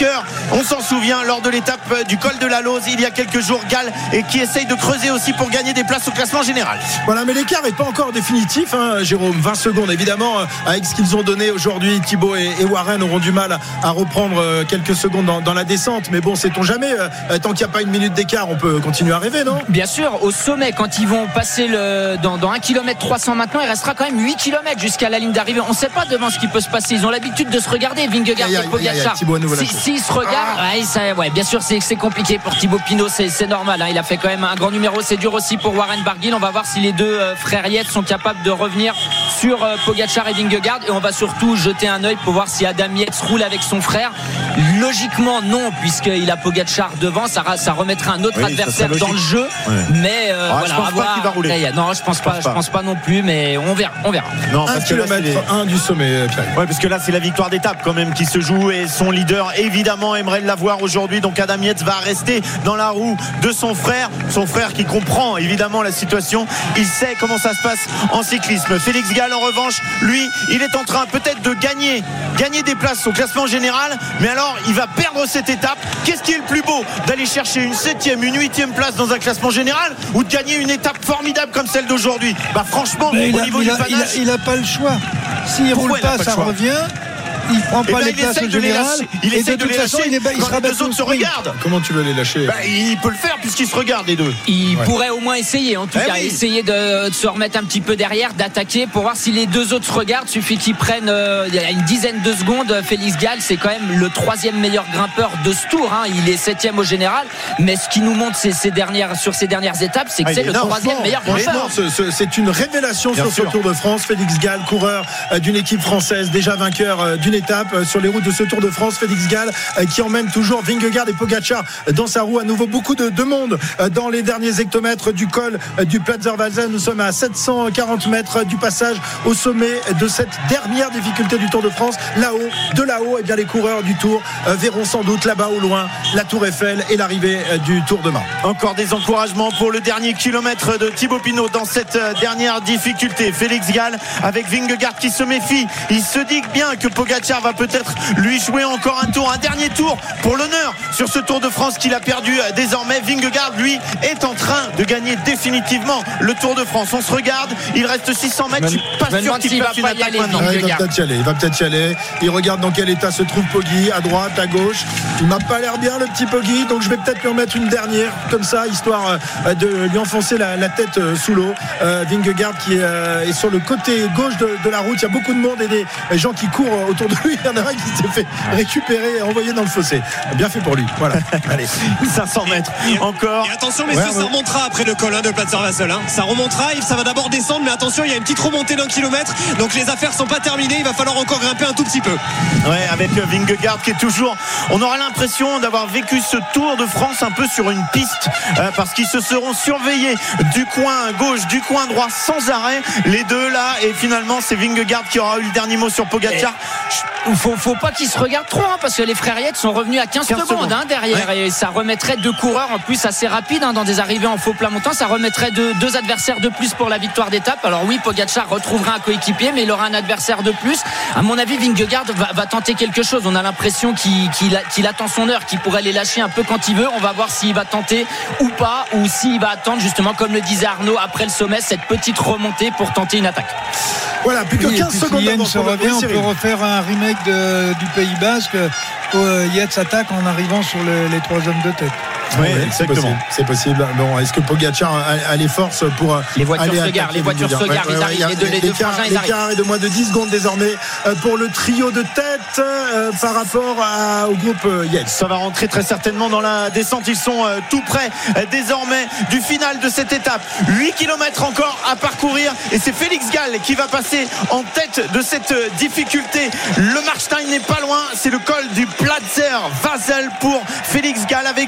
vainqueur, on s'en souvient, lors de l'étape du col de la Lose il y a quelques jours, Gall, et qui essaye de creuser aussi pour gagner des places au classement général. Voilà, mais l'écart n'est pas encore définitif, hein, Jérôme. vingt secondes, évidemment, avec ce qu'ils ont donné aujourd'hui. Thibaut et, et Warren auront du mal à reprendre quelques secondes dans, dans la descente, mais bon, sait-on jamais, euh, tant qu'il n'y a pas une minute d'écart, on peut continuer à rêver, non? Bien sûr, au sommet, quand ils vont passer le, dans, dans un kilomètre trois cents maintenant, il restera quand même huit kilomètres jusqu'à la ligne d'arrivée. On ne sait pas devant ce qui peut se passer. Ils ont l'habitude de se regarder, Vingegaard et Pogačar. S'ils si, si se regardent, ah. ouais, ça, ouais, bien sûr, c'est, c'est compliqué pour Thibaut Pinot, c'est, c'est normal. Hein, il a fait quand même un grand numéro. C'est dur aussi pour Warren Barguil. On va voir si les deux euh, frères Yates sont capables de revenir sur euh, Pogačar et Vingegaard. Et on va surtout jeter un œil pour voir si Adam Yates roule avec son frère. Logiquement, non, puisqu'il a Pogačar devant. Ça, ça remettrait un autre oui, adversaire dans le jeu. Ouais. Mais euh, ah, voilà, je pense avoir... pas qu'il va rouler. Non, je pense, je pas, pense pas. Je pense pas non plus, mais on verra. On verra. Non, un kilomètre un du sommet, Pierre. Ouais, parce que là, c'est la victoire d'étape quand même qui se joue et son leader, évidemment, aimerait l'avoir aujourd'hui. Donc Adam Yates va rester dans la roue de son frère. Son frère qui comprend évidemment la situation. Il sait comment ça se passe en cyclisme. Félix Gall, en revanche, lui, il est en train peut-être de gagner, gagner des places au classement général. Mais alors, il va perdre cette étape. Qu'est-ce qui est le plus beau? D'aller chercher une septième, une huitième place dans un classement général ou de gagner une étape formidable comme celle d'aujourd'hui? Bah franchement, mais au a, niveau du a, panache, il n'a pas le choix. S'il ne roule pas, pas ça revient. Il prend pas ben, les places au général. Il et essaie de, de toute les façon, lâcher il, est, il quand sera les deux autres se regardent. Comment tu veux les lâcher? Ben, il peut le faire puisqu'ils se regardent les deux. Il ouais. pourrait au moins essayer, en tout eh cas, oui. essayer de, de se remettre un petit peu derrière, d'attaquer pour voir si les deux autres se regardent. Suffit qu'ils prennent euh, une dizaine de secondes. Félix Gall, c'est quand même le troisième meilleur grimpeur de ce tour. Hein. Il est septième au général, mais ce qui nous montre ces, ces dernières, sur ces dernières étapes, c'est que ah, c'est le troisième meilleur grimpeur. Ce, ce, c'est une révélation Bien sur sûr. ce Tour de France. Félix Gall, coureur euh, d'une équipe française, déjà vainqueur euh, d'une étape euh, sur les routes de ce Tour de France. Félix Gall euh, qui emmène toujours Vingegaard et Pogačar dans sa roue. À nouveau beaucoup de, de monde euh, dans les derniers hectomètres du col euh, du Platzerwalzen. Nous sommes à sept cent quarante mètres du passage au sommet de cette dernière difficulté du Tour de France. Là-haut, de là-haut, eh bien, les coureurs du Tour euh, verront sans doute là-bas au loin la Tour Eiffel et l'arrivée euh, du Tour demain. Encore des encouragements pour le dernier kilomètre de Thibaut Pinot dans cette euh, dernière difficulté. Félix Gall avec Vingegaard qui se méfie. Il se dit bien que Pogačar va peut-être lui jouer encore un tour, un dernier tour pour l'honneur sur ce Tour de France qu'il a perdu désormais. Vingegaard, lui, est en train de gagner définitivement le Tour de France. On se regarde, il reste six cents mètres. Je suis pas sûr qu'il fasse une attaque maintenant. Ouais, il va peut-être y aller, il va peut-être y aller. Il regarde dans quel état se trouve Poggi, à droite, à gauche. Il m'a pas l'air bien, le petit Poggi, donc je vais peut-être lui en mettre une dernière comme ça, histoire de lui enfoncer la, la tête sous l'eau. Euh, Vingegaard qui est, euh, est sur le côté gauche de, de la route. Il y a beaucoup de monde et des gens qui courent autour de lui. Il y en a un qui s'est fait récupérer et envoyer dans le fossé. Bien fait pour lui. Voilà. Allez, cinq cents mètres encore. Et attention, messieurs, ouais, ça ouais. remontera après le col hein, de Platzerwalzen. Hein. Ça remontera, ça va d'abord descendre, mais attention, il y a une petite remontée d'un kilomètre. Donc les affaires sont pas terminées. Il va falloir encore grimper un tout petit peu. Ouais, avec Vingegaard qui est toujours. On aura l'impression d'avoir vécu ce Tour de France un peu sur une piste euh, parce qu'ils se seront surveillés du coin gauche, du coin droit sans arrêt. Les deux là, et finalement, c'est Vingegaard qui aura eu le dernier mot sur Pogačar. Il faut, faut pas qu'ils se regardent trop hein, parce que les frères Yates sont revenus à quinze, quinze secondes hein, derrière ouais. Et ça remettrait deux coureurs en plus assez rapides hein, dans des arrivées en faux plat montant. Ça remettrait deux, deux adversaires de plus pour la victoire d'étape. Alors oui, Pogačar retrouvera un coéquipier, mais il aura un adversaire de plus. À mon avis, Vingegaard va, va tenter quelque chose. On a l'impression qu'il, qu'il, qu'il attend son heure, qu'il pourrait les lâcher un peu quand il veut. On va voir s'il va tenter ou pas, ou s'il va attendre justement, comme le disait Arnaud, après le sommet, cette petite remontée pour tenter une attaque. Voilà, plus que quinze si secondes Yates avant se revient, on peut refaire un remake de, du Pays Basque. Euh, Yates attaque en arrivant sur le, les trois hommes de tête. Oui, oui, c'est possible. C'est possible. Bon, est-ce que Pogačar a, a les forces pour les voitures aller se garent, les voitures se garent, ils arrivent, les deux, les deux frangins, ils arrivent. L'écart est de moins de dix secondes désormais pour le trio de tête euh, par rapport à, au groupe Yates. Ça va rentrer très certainement dans la descente. Ils sont euh, tout près euh, désormais du final de cette étape. huit kilomètres encore à parcourir et c'est Félix Gall qui va passer en tête de cette euh, difficulté. Le Markstein n'est pas loin. C'est le col du Platzerwalzen pour Félix Gall avec Vingegaard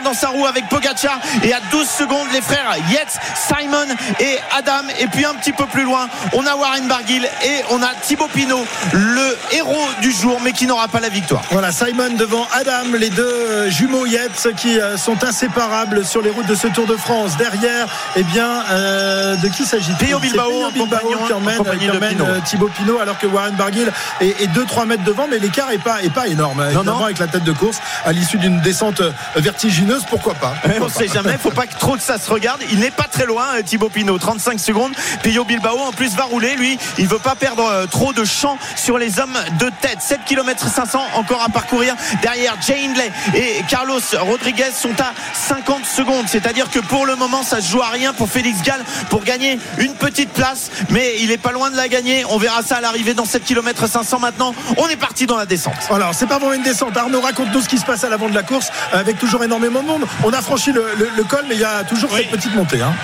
dans sa roue avec Pogacar, et à douze secondes les frères Yates, Simon et Adam, et puis un petit peu plus loin on a Warren Barguil et on a Thibaut Pinot, le héros du jour mais qui n'aura pas la victoire. Voilà, Simon devant Adam, les deux jumeaux Yates qui sont inséparables sur les routes de ce Tour de France. Derrière, eh bien euh, de qui s'agit-il? Pello Bilbao, Pello Bilbao qui emmène, qui emmène Pinot. Thibaut Pinot, alors que Warren Barguil est, est deux trois mètres devant, mais l'écart est pas, est pas énorme, non, évidemment, non. Avec la tête de course à l'issue d'une descente vertigineuse, pourquoi pas, pourquoi on ne sait jamais, il ne faut pas que trop que ça se regarde. Il n'est pas très loin, Thibaut Pinot, trente-cinq secondes. Pello Bilbao en plus va rouler, lui il ne veut pas perdre trop de champ sur les hommes de tête. Sept kilomètres cinq cents encore à parcourir. Derrière, Jay Hindley et Carlos Rodriguez sont à cinquante secondes, c'est-à-dire que pour le moment ça se joue à rien pour Félix Gall pour gagner une petite place, mais il est pas loin de la gagner. On verra ça à l'arrivée dans sept kilomètres cinq cents. Maintenant on est parti dans la descente. Alors c'est pas vraiment une descente, Arnaud, raconte-nous ce qui se passe à l'avant de la course avec toujours énormément de monde. On a franchi le, le, le col, mais il y a toujours oui. cette petite montée, hein.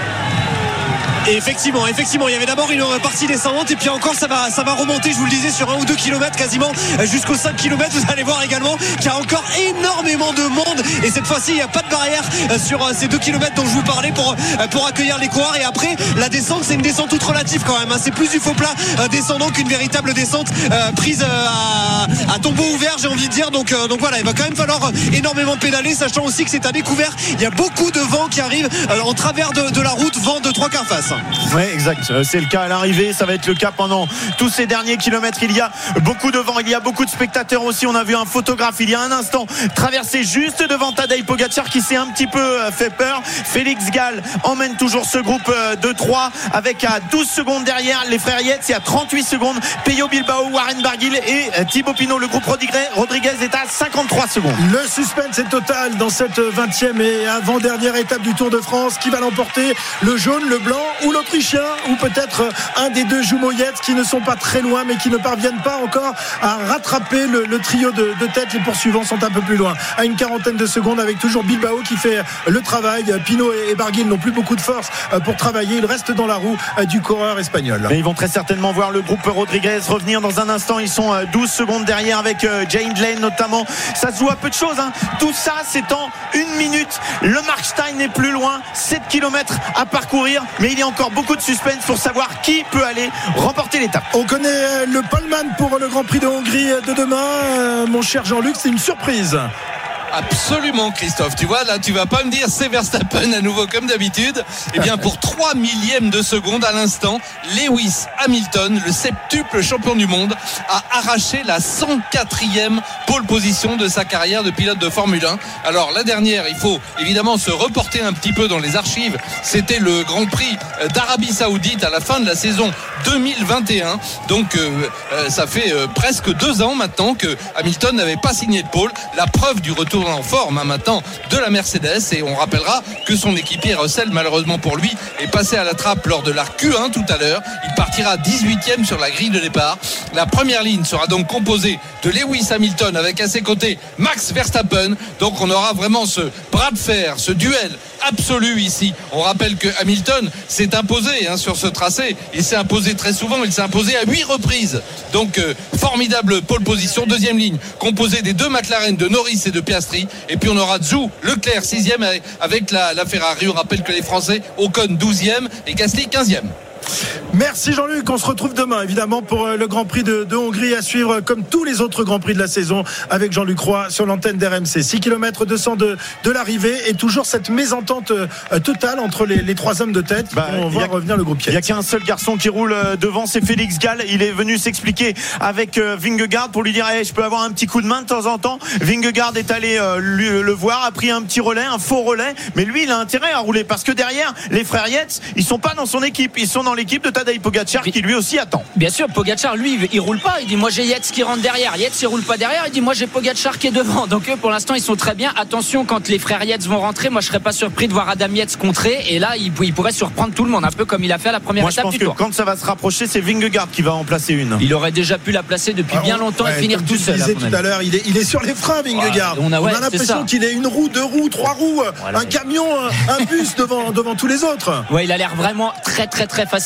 Et effectivement, effectivement, il y avait d'abord une partie descendante et puis encore ça va, ça va remonter, je vous le disais, sur un ou deux kilomètres quasiment jusqu'aux cinq kilomètres. Vous allez voir également qu'il y a encore énormément de monde et cette fois-ci il n'y a pas de barrière sur ces deux kilomètres dont je vous parlais pour, pour accueillir les coureurs. Et après la descente, c'est une descente toute relative quand même, hein. C'est plus du faux plat descendant qu'une véritable descente euh, prise à, à tombeau ouvert, j'ai envie de dire. Donc, euh, donc voilà, il va quand même falloir énormément pédaler, sachant aussi que c'est à découvert. Il y a beaucoup de vent qui arrive euh, en travers de, de la route, vent de trois quarts face. Oui, exact, c'est le cas à l'arrivée, ça va être le cas pendant tous ces derniers kilomètres. Il y a beaucoup de vent, il y a beaucoup de spectateurs aussi. On a vu un photographe il y a un instant traverser juste devant Tadej Pogacar qui s'est un petit peu fait peur. Félix Gall emmène toujours ce groupe de trois avec à douze secondes derrière les frères Yates et à trente-huit secondes Pello Bilbao, Warren Barguil et Thibaut Pinot. Le groupe Rodriguez est à cinquante-trois secondes. Le suspense est total dans cette vingtième et avant-dernière étape du Tour de France. Qui va l'emporter, le jaune, le blanc ou l'Autrichien, ou peut-être un des deux jumeaux Yates qui ne sont pas très loin mais qui ne parviennent pas encore à rattraper le, le trio de, de tête. Les poursuivants sont un peu plus loin, à une quarantaine de secondes, avec toujours Bilbao qui fait le travail. Pinot et Barguil n'ont plus beaucoup de force pour travailler, ils restent dans la roue du coureur espagnol. Mais ils vont très certainement voir le groupe Rodriguez revenir dans un instant. Ils sont douze secondes derrière avec Jay Hindley notamment. Ça se joue à peu de choses, hein. Tout ça c'est en une minute. Le Markstein est plus loin, sept kilomètres à parcourir, mais il y a encore beaucoup de suspense pour savoir qui peut aller remporter l'étape. On connaît le poleman pour le Grand Prix de Hongrie de demain, mon cher Jean-Luc, c'est une surprise. Absolument, Christophe. Tu vois, là, tu vas pas me dire c'est Verstappen à nouveau comme d'habitude. Eh bien, pour trois millièmes de seconde à l'instant, Lewis Hamilton, le septuple champion du monde, a arraché la cent quatrième pole position de sa carrière de pilote de Formule un. Alors, la dernière, il faut évidemment se reporter un petit peu dans les archives. C'était le Grand Prix d'Arabie Saoudite à la fin de la saison deux mille vingt et un. Donc, euh, euh, ça fait euh, presque deux ans maintenant que Hamilton n'avait pas signé de pole. La preuve du retour en forme hein, maintenant de la Mercedes, et on rappellera que son équipier Russell, malheureusement pour lui, est passé à la trappe lors de la Q un tout à l'heure. Il partira dix-huitième sur la grille de départ. La première ligne sera donc composée de Lewis Hamilton avec à ses côtés Max Verstappen. Donc on aura vraiment ce bras de fer, ce duel absolu ici. On rappelle que Hamilton s'est imposé hein, sur ce tracé. Il s'est imposé très souvent, il s'est imposé à huit reprises. Donc euh, formidable pole position. Deuxième ligne composée des deux McLaren de Norris et de Piastri. Et puis on aura Zhou, Leclerc sixième avec la, la Ferrari. On rappelle que les Français, Ocon douzième et Gasly quinzième. Merci Jean-Luc, on se retrouve demain évidemment pour le Grand Prix de, de Hongrie à suivre comme tous les autres Grands Prix de la saison avec Jean-Luc Roy sur l'antenne d'R M C. six kilomètres deux cents de, de l'arrivée et toujours cette mésentente euh, totale entre les, les trois hommes de tête. Bah, on va revenir le groupe. Il n'y a qu'un seul garçon qui roule devant, c'est Félix Gall. Il est venu s'expliquer avec euh, Vingegaard pour lui dire hey, je peux avoir un petit coup de main de temps en temps. Vingegaard est allé euh, lui, le voir, a pris un petit relais, un faux relais, mais lui il a intérêt à rouler parce que derrière les frères Yates, ils sont pas dans son équipe, ils sont dans l'équipe de Tadej Pogacar qui lui aussi attend. Bien sûr, Pogacar lui il roule pas, il dit moi j'ai Yates qui rentre derrière, Yates il roule pas derrière, il dit moi j'ai Pogacar qui est devant. Donc eux pour l'instant ils sont très bien. Attention, quand les frères Yates vont rentrer, moi je serais pas surpris de voir Adam Yates contrer, et là il, il pourrait surprendre tout le monde un peu comme il a fait à la première moi, étape je pense du que tour. Quand ça va se rapprocher, c'est Vingegaard qui va en placer une. Il aurait déjà pu la placer depuis ah, bien longtemps ouais, et finir tout seul. Disais tout à l'heure, il est, il est sur les freins Vingegaard. Ouais, on a, ouais, on a l'impression qu'il est une roue, deux roues, trois roues, voilà, un camion, un bus devant, devant tous les autres. Ouais, il a l'air vraiment très très très facile hein, Vingegaard.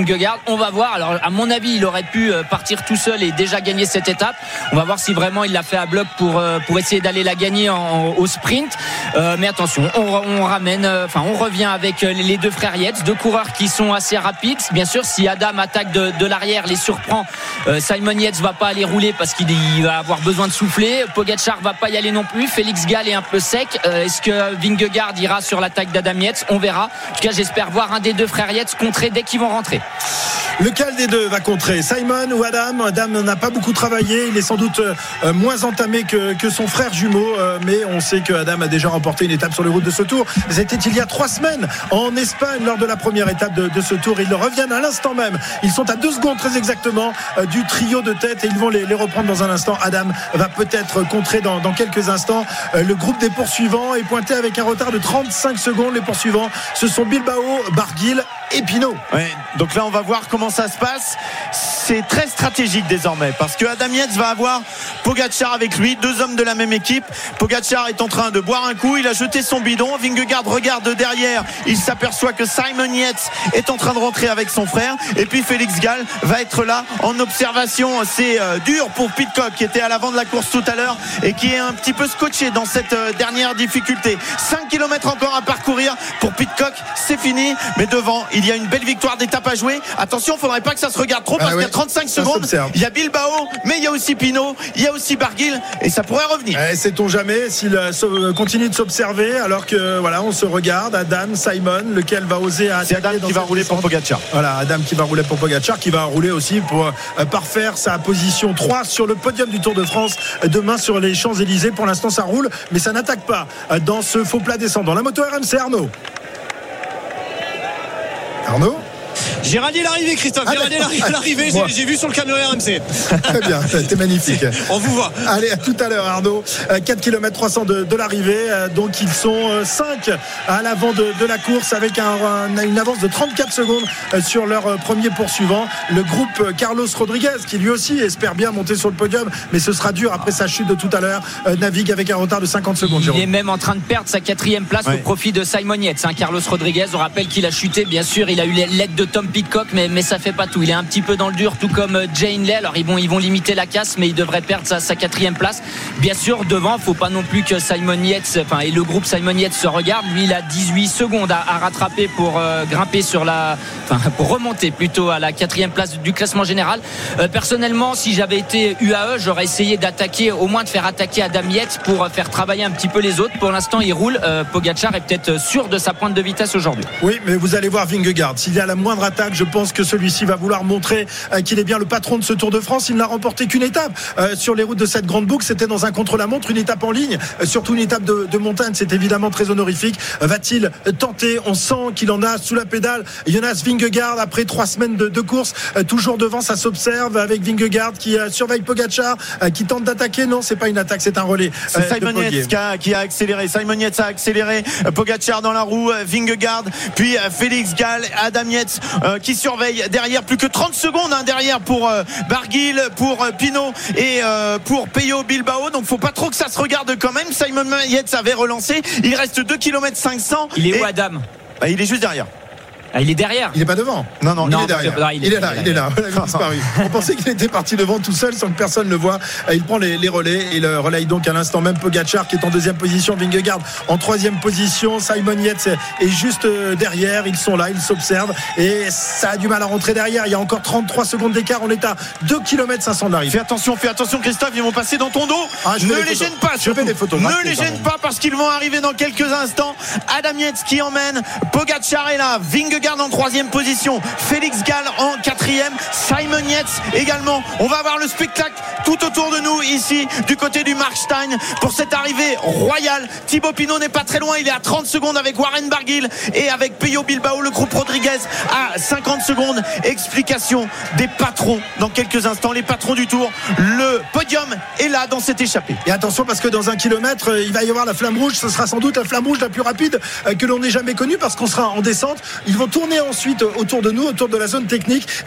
Vingegaard. On va voir. Alors à mon avis, il aurait pu partir tout seul et déjà gagner cette étape. On va voir si vraiment il l'a fait à bloc pour pour essayer d'aller la gagner en, en, au sprint. Euh, mais attention, on, on ramène, enfin on revient avec les deux frères Yates, deux coureurs qui sont assez rapides. Bien sûr, si Adam attaque de, de l'arrière, les surprend, euh, Simon Yates va pas aller rouler parce qu'il va avoir besoin de souffler. Pogačar va pas y aller non plus. Félix Gall est un peu sec. Euh, est-ce que Vingegaard ira sur l'attaque d'Adam Yates? On verra. En tout cas, j'espère voir un des deux frères Yates contrer dès qu'ils vont rentrer. Lequel des deux va contrer, Simon ou Adam? Adam n'a pas beaucoup travaillé, il est sans doute euh, moins entamé que, que son frère jumeau, euh, mais on sait que Adam a déjà remporté une étape sur les routes de ce Tour. C'était il y a trois semaines en Espagne lors de la première étape de, de ce Tour. Ils reviennent à l'instant même. Ils sont à deux secondes très exactement euh, du trio de tête et ils vont les, les reprendre dans un instant. Adam va peut-être contrer dans, dans quelques instants. Euh, le groupe des poursuivants est pointé avec un retard de trente-cinq secondes. Les poursuivants, ce sont Bilbao, Barguil et Pinot. Ouais, donc là on va voir comment ça se passe. C'est très stratégique désormais parce que Adam Yates va avoir Pogačar avec lui, deux hommes de la même équipe. Pogačar est en train de boire un coup, il a jeté son bidon. Vingegaard regarde derrière, il s'aperçoit que Simon Yates est en train de rentrer avec son frère et puis Félix Gall va être là en observation. C'est euh, dur pour Pidcock qui était à l'avant de la course tout à l'heure et qui est un petit peu scotché dans cette euh, dernière difficulté. cinq kilomètres encore à parcourir pour Pidcock, c'est fini, mais devant il y a une belle victoire d'étape à jouer. Attention, il ne faudrait pas que ça se regarde trop parce ah oui, qu'il y a trente-cinq secondes. Il y a Bilbao, mais il y a aussi Pinot, il y a aussi Barguil et ça pourrait revenir. Eh, sait-on jamais s'il euh, continue de s'observer alors que voilà, on se regarde. Adam, Simon, lequel va oser attaquer? C'est Adam qui va rouler descente. Pour Pogačar. Voilà, Adam qui va rouler pour Pogačar, qui va rouler aussi pour euh, parfaire sa position trois sur le podium du Tour de France euh, demain sur les Champs-Élysées. Pour l'instant, ça roule, mais ça n'attaque pas euh, dans ce faux plat descendant. La moto R M C, Arnaud. Arnaud J'ai rallié l'arrivée, Christophe. J'ai rallié l'arrivée. J'ai, j'ai vu sur le caméra R M C. Très bien, t'es magnifique. On vous voit. Allez, à tout à l'heure, Arnaud. quatre kilomètres trois cents de, de l'arrivée. Donc, ils sont cinq à l'avant de, de la course avec un, un, une avance de trente-quatre secondes sur leur premier poursuivant. Le groupe Carlos Rodriguez, qui lui aussi espère bien monter sur le podium, mais ce sera dur après sa chute de tout à l'heure, navigue avec un retard de cinquante secondes. Il est même en train de perdre sa quatrième place ouais. au profit de Simon Yates. Hein, Carlos Rodriguez, on rappelle qu'il a chuté, bien sûr. Il a eu l'aide de Tom Pidcock, mais, mais ça fait pas tout. Il est un petit peu dans le dur, tout comme Jay Hindley. Alors ils vont, ils vont limiter la casse, mais il devrait perdre sa, sa quatrième place. Bien sûr, devant, faut pas non plus que Simon Yates, enfin, et le groupe Simon Yates se regarde. Lui, il a dix-huit secondes à, à rattraper pour euh, grimper sur la, enfin, pour remonter plutôt à la quatrième place du classement général. Euh, personnellement, si j'avais été U A E, j'aurais essayé d'attaquer, au moins de faire attaquer Adam Yates pour faire travailler un petit peu les autres. Pour l'instant, il roule. Euh, Pogačar est peut-être sûr de sa pointe de vitesse aujourd'hui. Oui, mais vous allez voir Vingegaard. S'il y a la moindre attaque, je pense que celui-ci va vouloir montrer euh, qu'il est bien le patron de ce Tour de France. Il n'a remporté qu'une étape euh, sur les routes de cette grande boucle. C'était dans un contre-la-montre, une étape en ligne, euh, surtout une étape de, de montagne. C'est évidemment très honorifique. Euh, va-t-il tenter? On sent qu'il en a sous la pédale. Jonas Vingegaard, après trois semaines de, de course, euh, toujours devant, ça s'observe avec Vingegaard qui euh, surveille Pogačar, euh, qui tente d'attaquer. Non, c'est pas une attaque, c'est un relais. C'est euh, Simon Yates qui a, qui a accéléré. Simon Yates a accéléré. Euh, Pogačar dans la roue, euh, Vingegaard, puis euh, Félix Gall, Adam Yates euh, qui surveille derrière. Plus que trente secondes hein, derrière pour euh, Barguil, pour euh, Pinot et euh, pour Peyo Bilbao. Donc faut pas trop que ça se regarde quand même. Simon Yates avait relancé. Il reste deux kilomètres cinq cents. Il est et... où Adam? Bah, il est juste derrière. Ah, il est derrière. Il est pas devant. Non, non, non il est derrière. Pas, il, est, il est là, il est là. Il a disparu. On pensait qu'il était parti devant tout seul sans que personne le voie. Il prend les, les relais et il relaye donc à l'instant même Pogačar qui est en deuxième position, Vingegaard en troisième position, Simon Yates est juste derrière. Ils sont là, ils s'observent et ça a du mal à rentrer derrière. Il y a encore trente-trois secondes d'écart. On est à deux kilomètres cinq cents de l'arrivée. Fais attention, fais attention, Christophe. Ils vont passer dans ton dos. Ah, ne les gêne pas. Je fais des photos. Ne les gêne pas parce qu'ils vont arriver dans quelques instants. Adam Yates qui emmène. Pogačar est là. Vingegaard en troisième position. Félix Gall en quatrième, Simon Yates également. On va avoir le spectacle tout autour de nous ici du côté du Markstein pour cette arrivée royale. Thibaut Pinot n'est pas très loin, il est à trente secondes avec Warren Barguil et avec Peyo Bilbao. Le groupe Rodriguez à cinquante secondes. Explication des patrons dans quelques instants, les patrons du Tour. Le podium est là dans cette échappée. Et attention parce que dans un kilomètre il va y avoir la flamme rouge. Ce sera sans doute la flamme rouge la plus rapide que l'on ait jamais connue parce qu'on sera en descente. Ils vont tourner ensuite autour de nous, autour de la zone technique, et il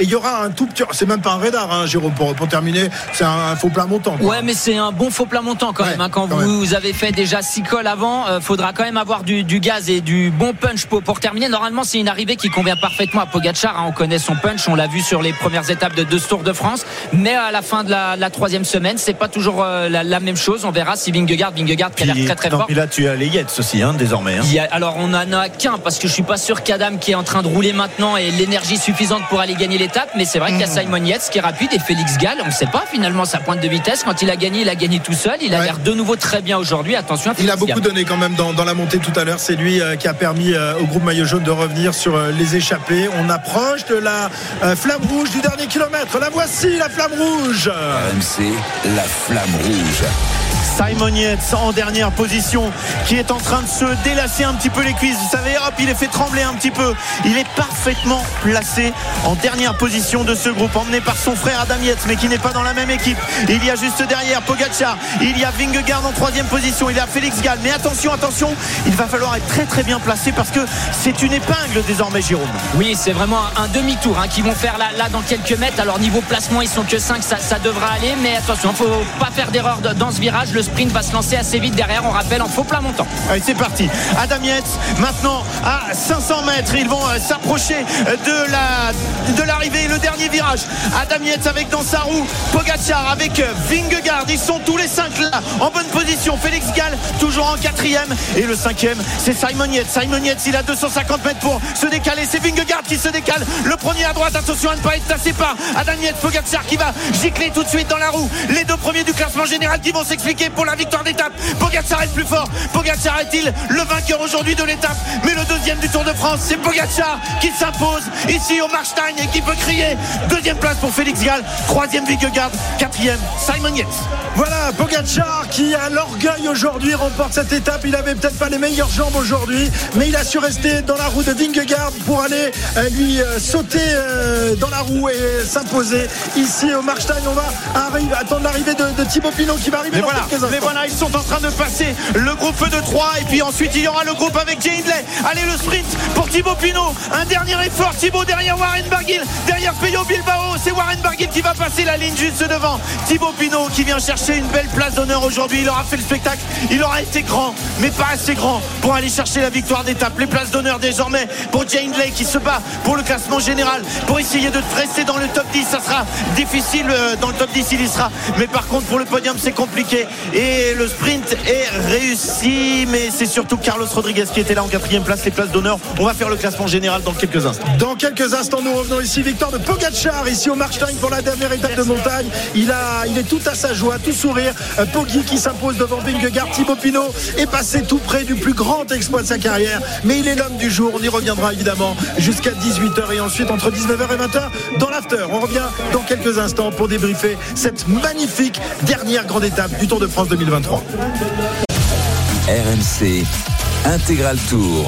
il y aura un tout petit, c'est même pas un radar, hein, Jérôme, pour, pour terminer, c'est un, un faux plat montant, quoi. Ouais, mais c'est un bon faux plat montant quand ouais, même. Hein. Quand, quand vous même. avez fait déjà six cols avant, euh, faudra quand même avoir du, du gaz et du bon punch pour, pour terminer. Normalement, c'est une arrivée qui convient parfaitement à Pogačar. Hein. On connaît son punch, on l'a vu sur les premières étapes de deux Tours de France. Mais à la fin de la, la troisième semaine, c'est pas toujours euh, la, la même chose. On verra si Vingegaard, Vingegaard qui a l'air très très non, fort. Et là, tu as les Yates aussi, hein, désormais. Hein. Il y a, alors, on en a qu'un parce que je suis pas sûr qu'Adam qui est en train de rouler maintenant ait l'énergie suffisante pour aller gagner l'étape. Mais c'est vrai mmh. qu'il y a Simon Yates qui est rapide et Félix Gall. On ne sait pas finalement sa pointe de vitesse. Quand il a gagné, il a gagné tout seul. Il a ouais. l'air de nouveau très bien aujourd'hui. Attention à Félix Il a beaucoup Gall. donné quand même dans, dans la montée tout à l'heure. C'est lui euh, qui a permis euh, au groupe maillot jaune de revenir sur euh, les échappées. On approche de la euh, flamme rouge du dernier kilomètre. La voici, la flamme rouge. R M C, la flamme rouge. Simon Yates en dernière position qui est en train de se délasser un petit peu les cuisses. Vous savez, hop, il est fait trembler un petit peu. Il est parfaitement placé en dernière position de ce groupe, emmené par son frère Adam Yates, mais qui n'est pas dans la même équipe. Il y a juste derrière Pogačar, il y a Vingegaard en troisième position, il y a Félix Gall. Mais attention, attention, il va falloir être très très bien placé parce que c'est une épingle désormais, Jérôme. Oui, c'est vraiment un, un demi-tour hein, qu'ils vont faire là, là dans quelques mètres. Alors niveau placement, ils sont que cinq, ça, ça devra aller. Mais attention, il ne faut pas faire d'erreur dans ce virage. Le sprint va se lancer assez vite derrière, on rappelle, en faux plat montant. Allez, c'est parti. Adam Yates maintenant à cinq cents mètres, ils vont s'approcher de la de l'arrivée, le dernier virage. Adam Yates avec dans sa roue Pogačar avec Vingegaard, ils sont tous les cinq là en bonne position. Félix Gall toujours en quatrième et le cinquième c'est Simon Yates. Simon Yates, il a deux cent cinquante mètres pour se décaler, c'est Vingegaard qui se décale, le premier à droite, attention à ne pas être tassé par Adam Yates. Pogačar qui va gicler tout de suite dans la roue, les deux premiers du classement général qui vont s'expliquer pour la victoire d'étape. Pogačar est le plus fort. Pogačar est-il le vainqueur aujourd'hui de l'étape? Mais le deuxième du Tour de France, c'est Pogačar qui s'impose ici au Markstein et qui peut crier. Deuxième place pour Félix Gall, troisième Vingegaard, quatrième Simon Yates. Voilà, Pogačar qui a l'orgueil aujourd'hui remporte cette étape. Il avait peut-être pas les meilleures jambes aujourd'hui, mais il a su rester dans la roue de Vingegaard pour aller euh, lui euh, sauter euh, dans la roue et s'imposer ici au Markstein. On va arriver, attendre l'arrivée de, de Thibaut Pinot qui va arriver mais dans voilà, quelques instants. Mais voilà, ils sont en train de passer le groupe de trois et puis ensuite il y aura le groupe avec Jay Hindley. Allez, le sprint pour Thibaut Pinot, un dernier effort. Thibaut derrière Warren Barguil, derrière Pello Bilbao, c'est Warren Barguil qui va passer la ligne juste devant Thibaut Pinot qui vient chercher une belle place d'honneur aujourd'hui. Il aura fait le spectacle, il aura été grand mais pas assez grand pour aller chercher la victoire d'étape. Les places d'honneur désormais pour Jay Hindley qui se bat pour le classement général pour essayer de rester dans le top dix. Ça sera difficile, dans le top dix il y sera, mais par contre pour le podium c'est compliqué et le sprint est réussi, mais c'est surtout Carlos Rodriguez qui était là en quatrième place. Les places d'honneur, on va faire le classement général dans quelques instants. Dans quelques instants, nous revenons ici. Victoire de Pogačar ici au Markstein pour la dernière étape de montagne. Il a, il est tout à sa joie, tout sourire. Poggi qui s'impose devant Vingegaard. Thibaut Pinot est passé tout près du plus grand exploit de sa carrière, mais il est l'homme du jour. On y reviendra évidemment jusqu'à dix-huit heures et ensuite entre dix-neuf heures et vingt heures dans l'after. On revient dans quelques instants pour débriefer cette magnifique dernière grande étape du Tour de France deux mille vingt-trois. R M C Intégral Tour.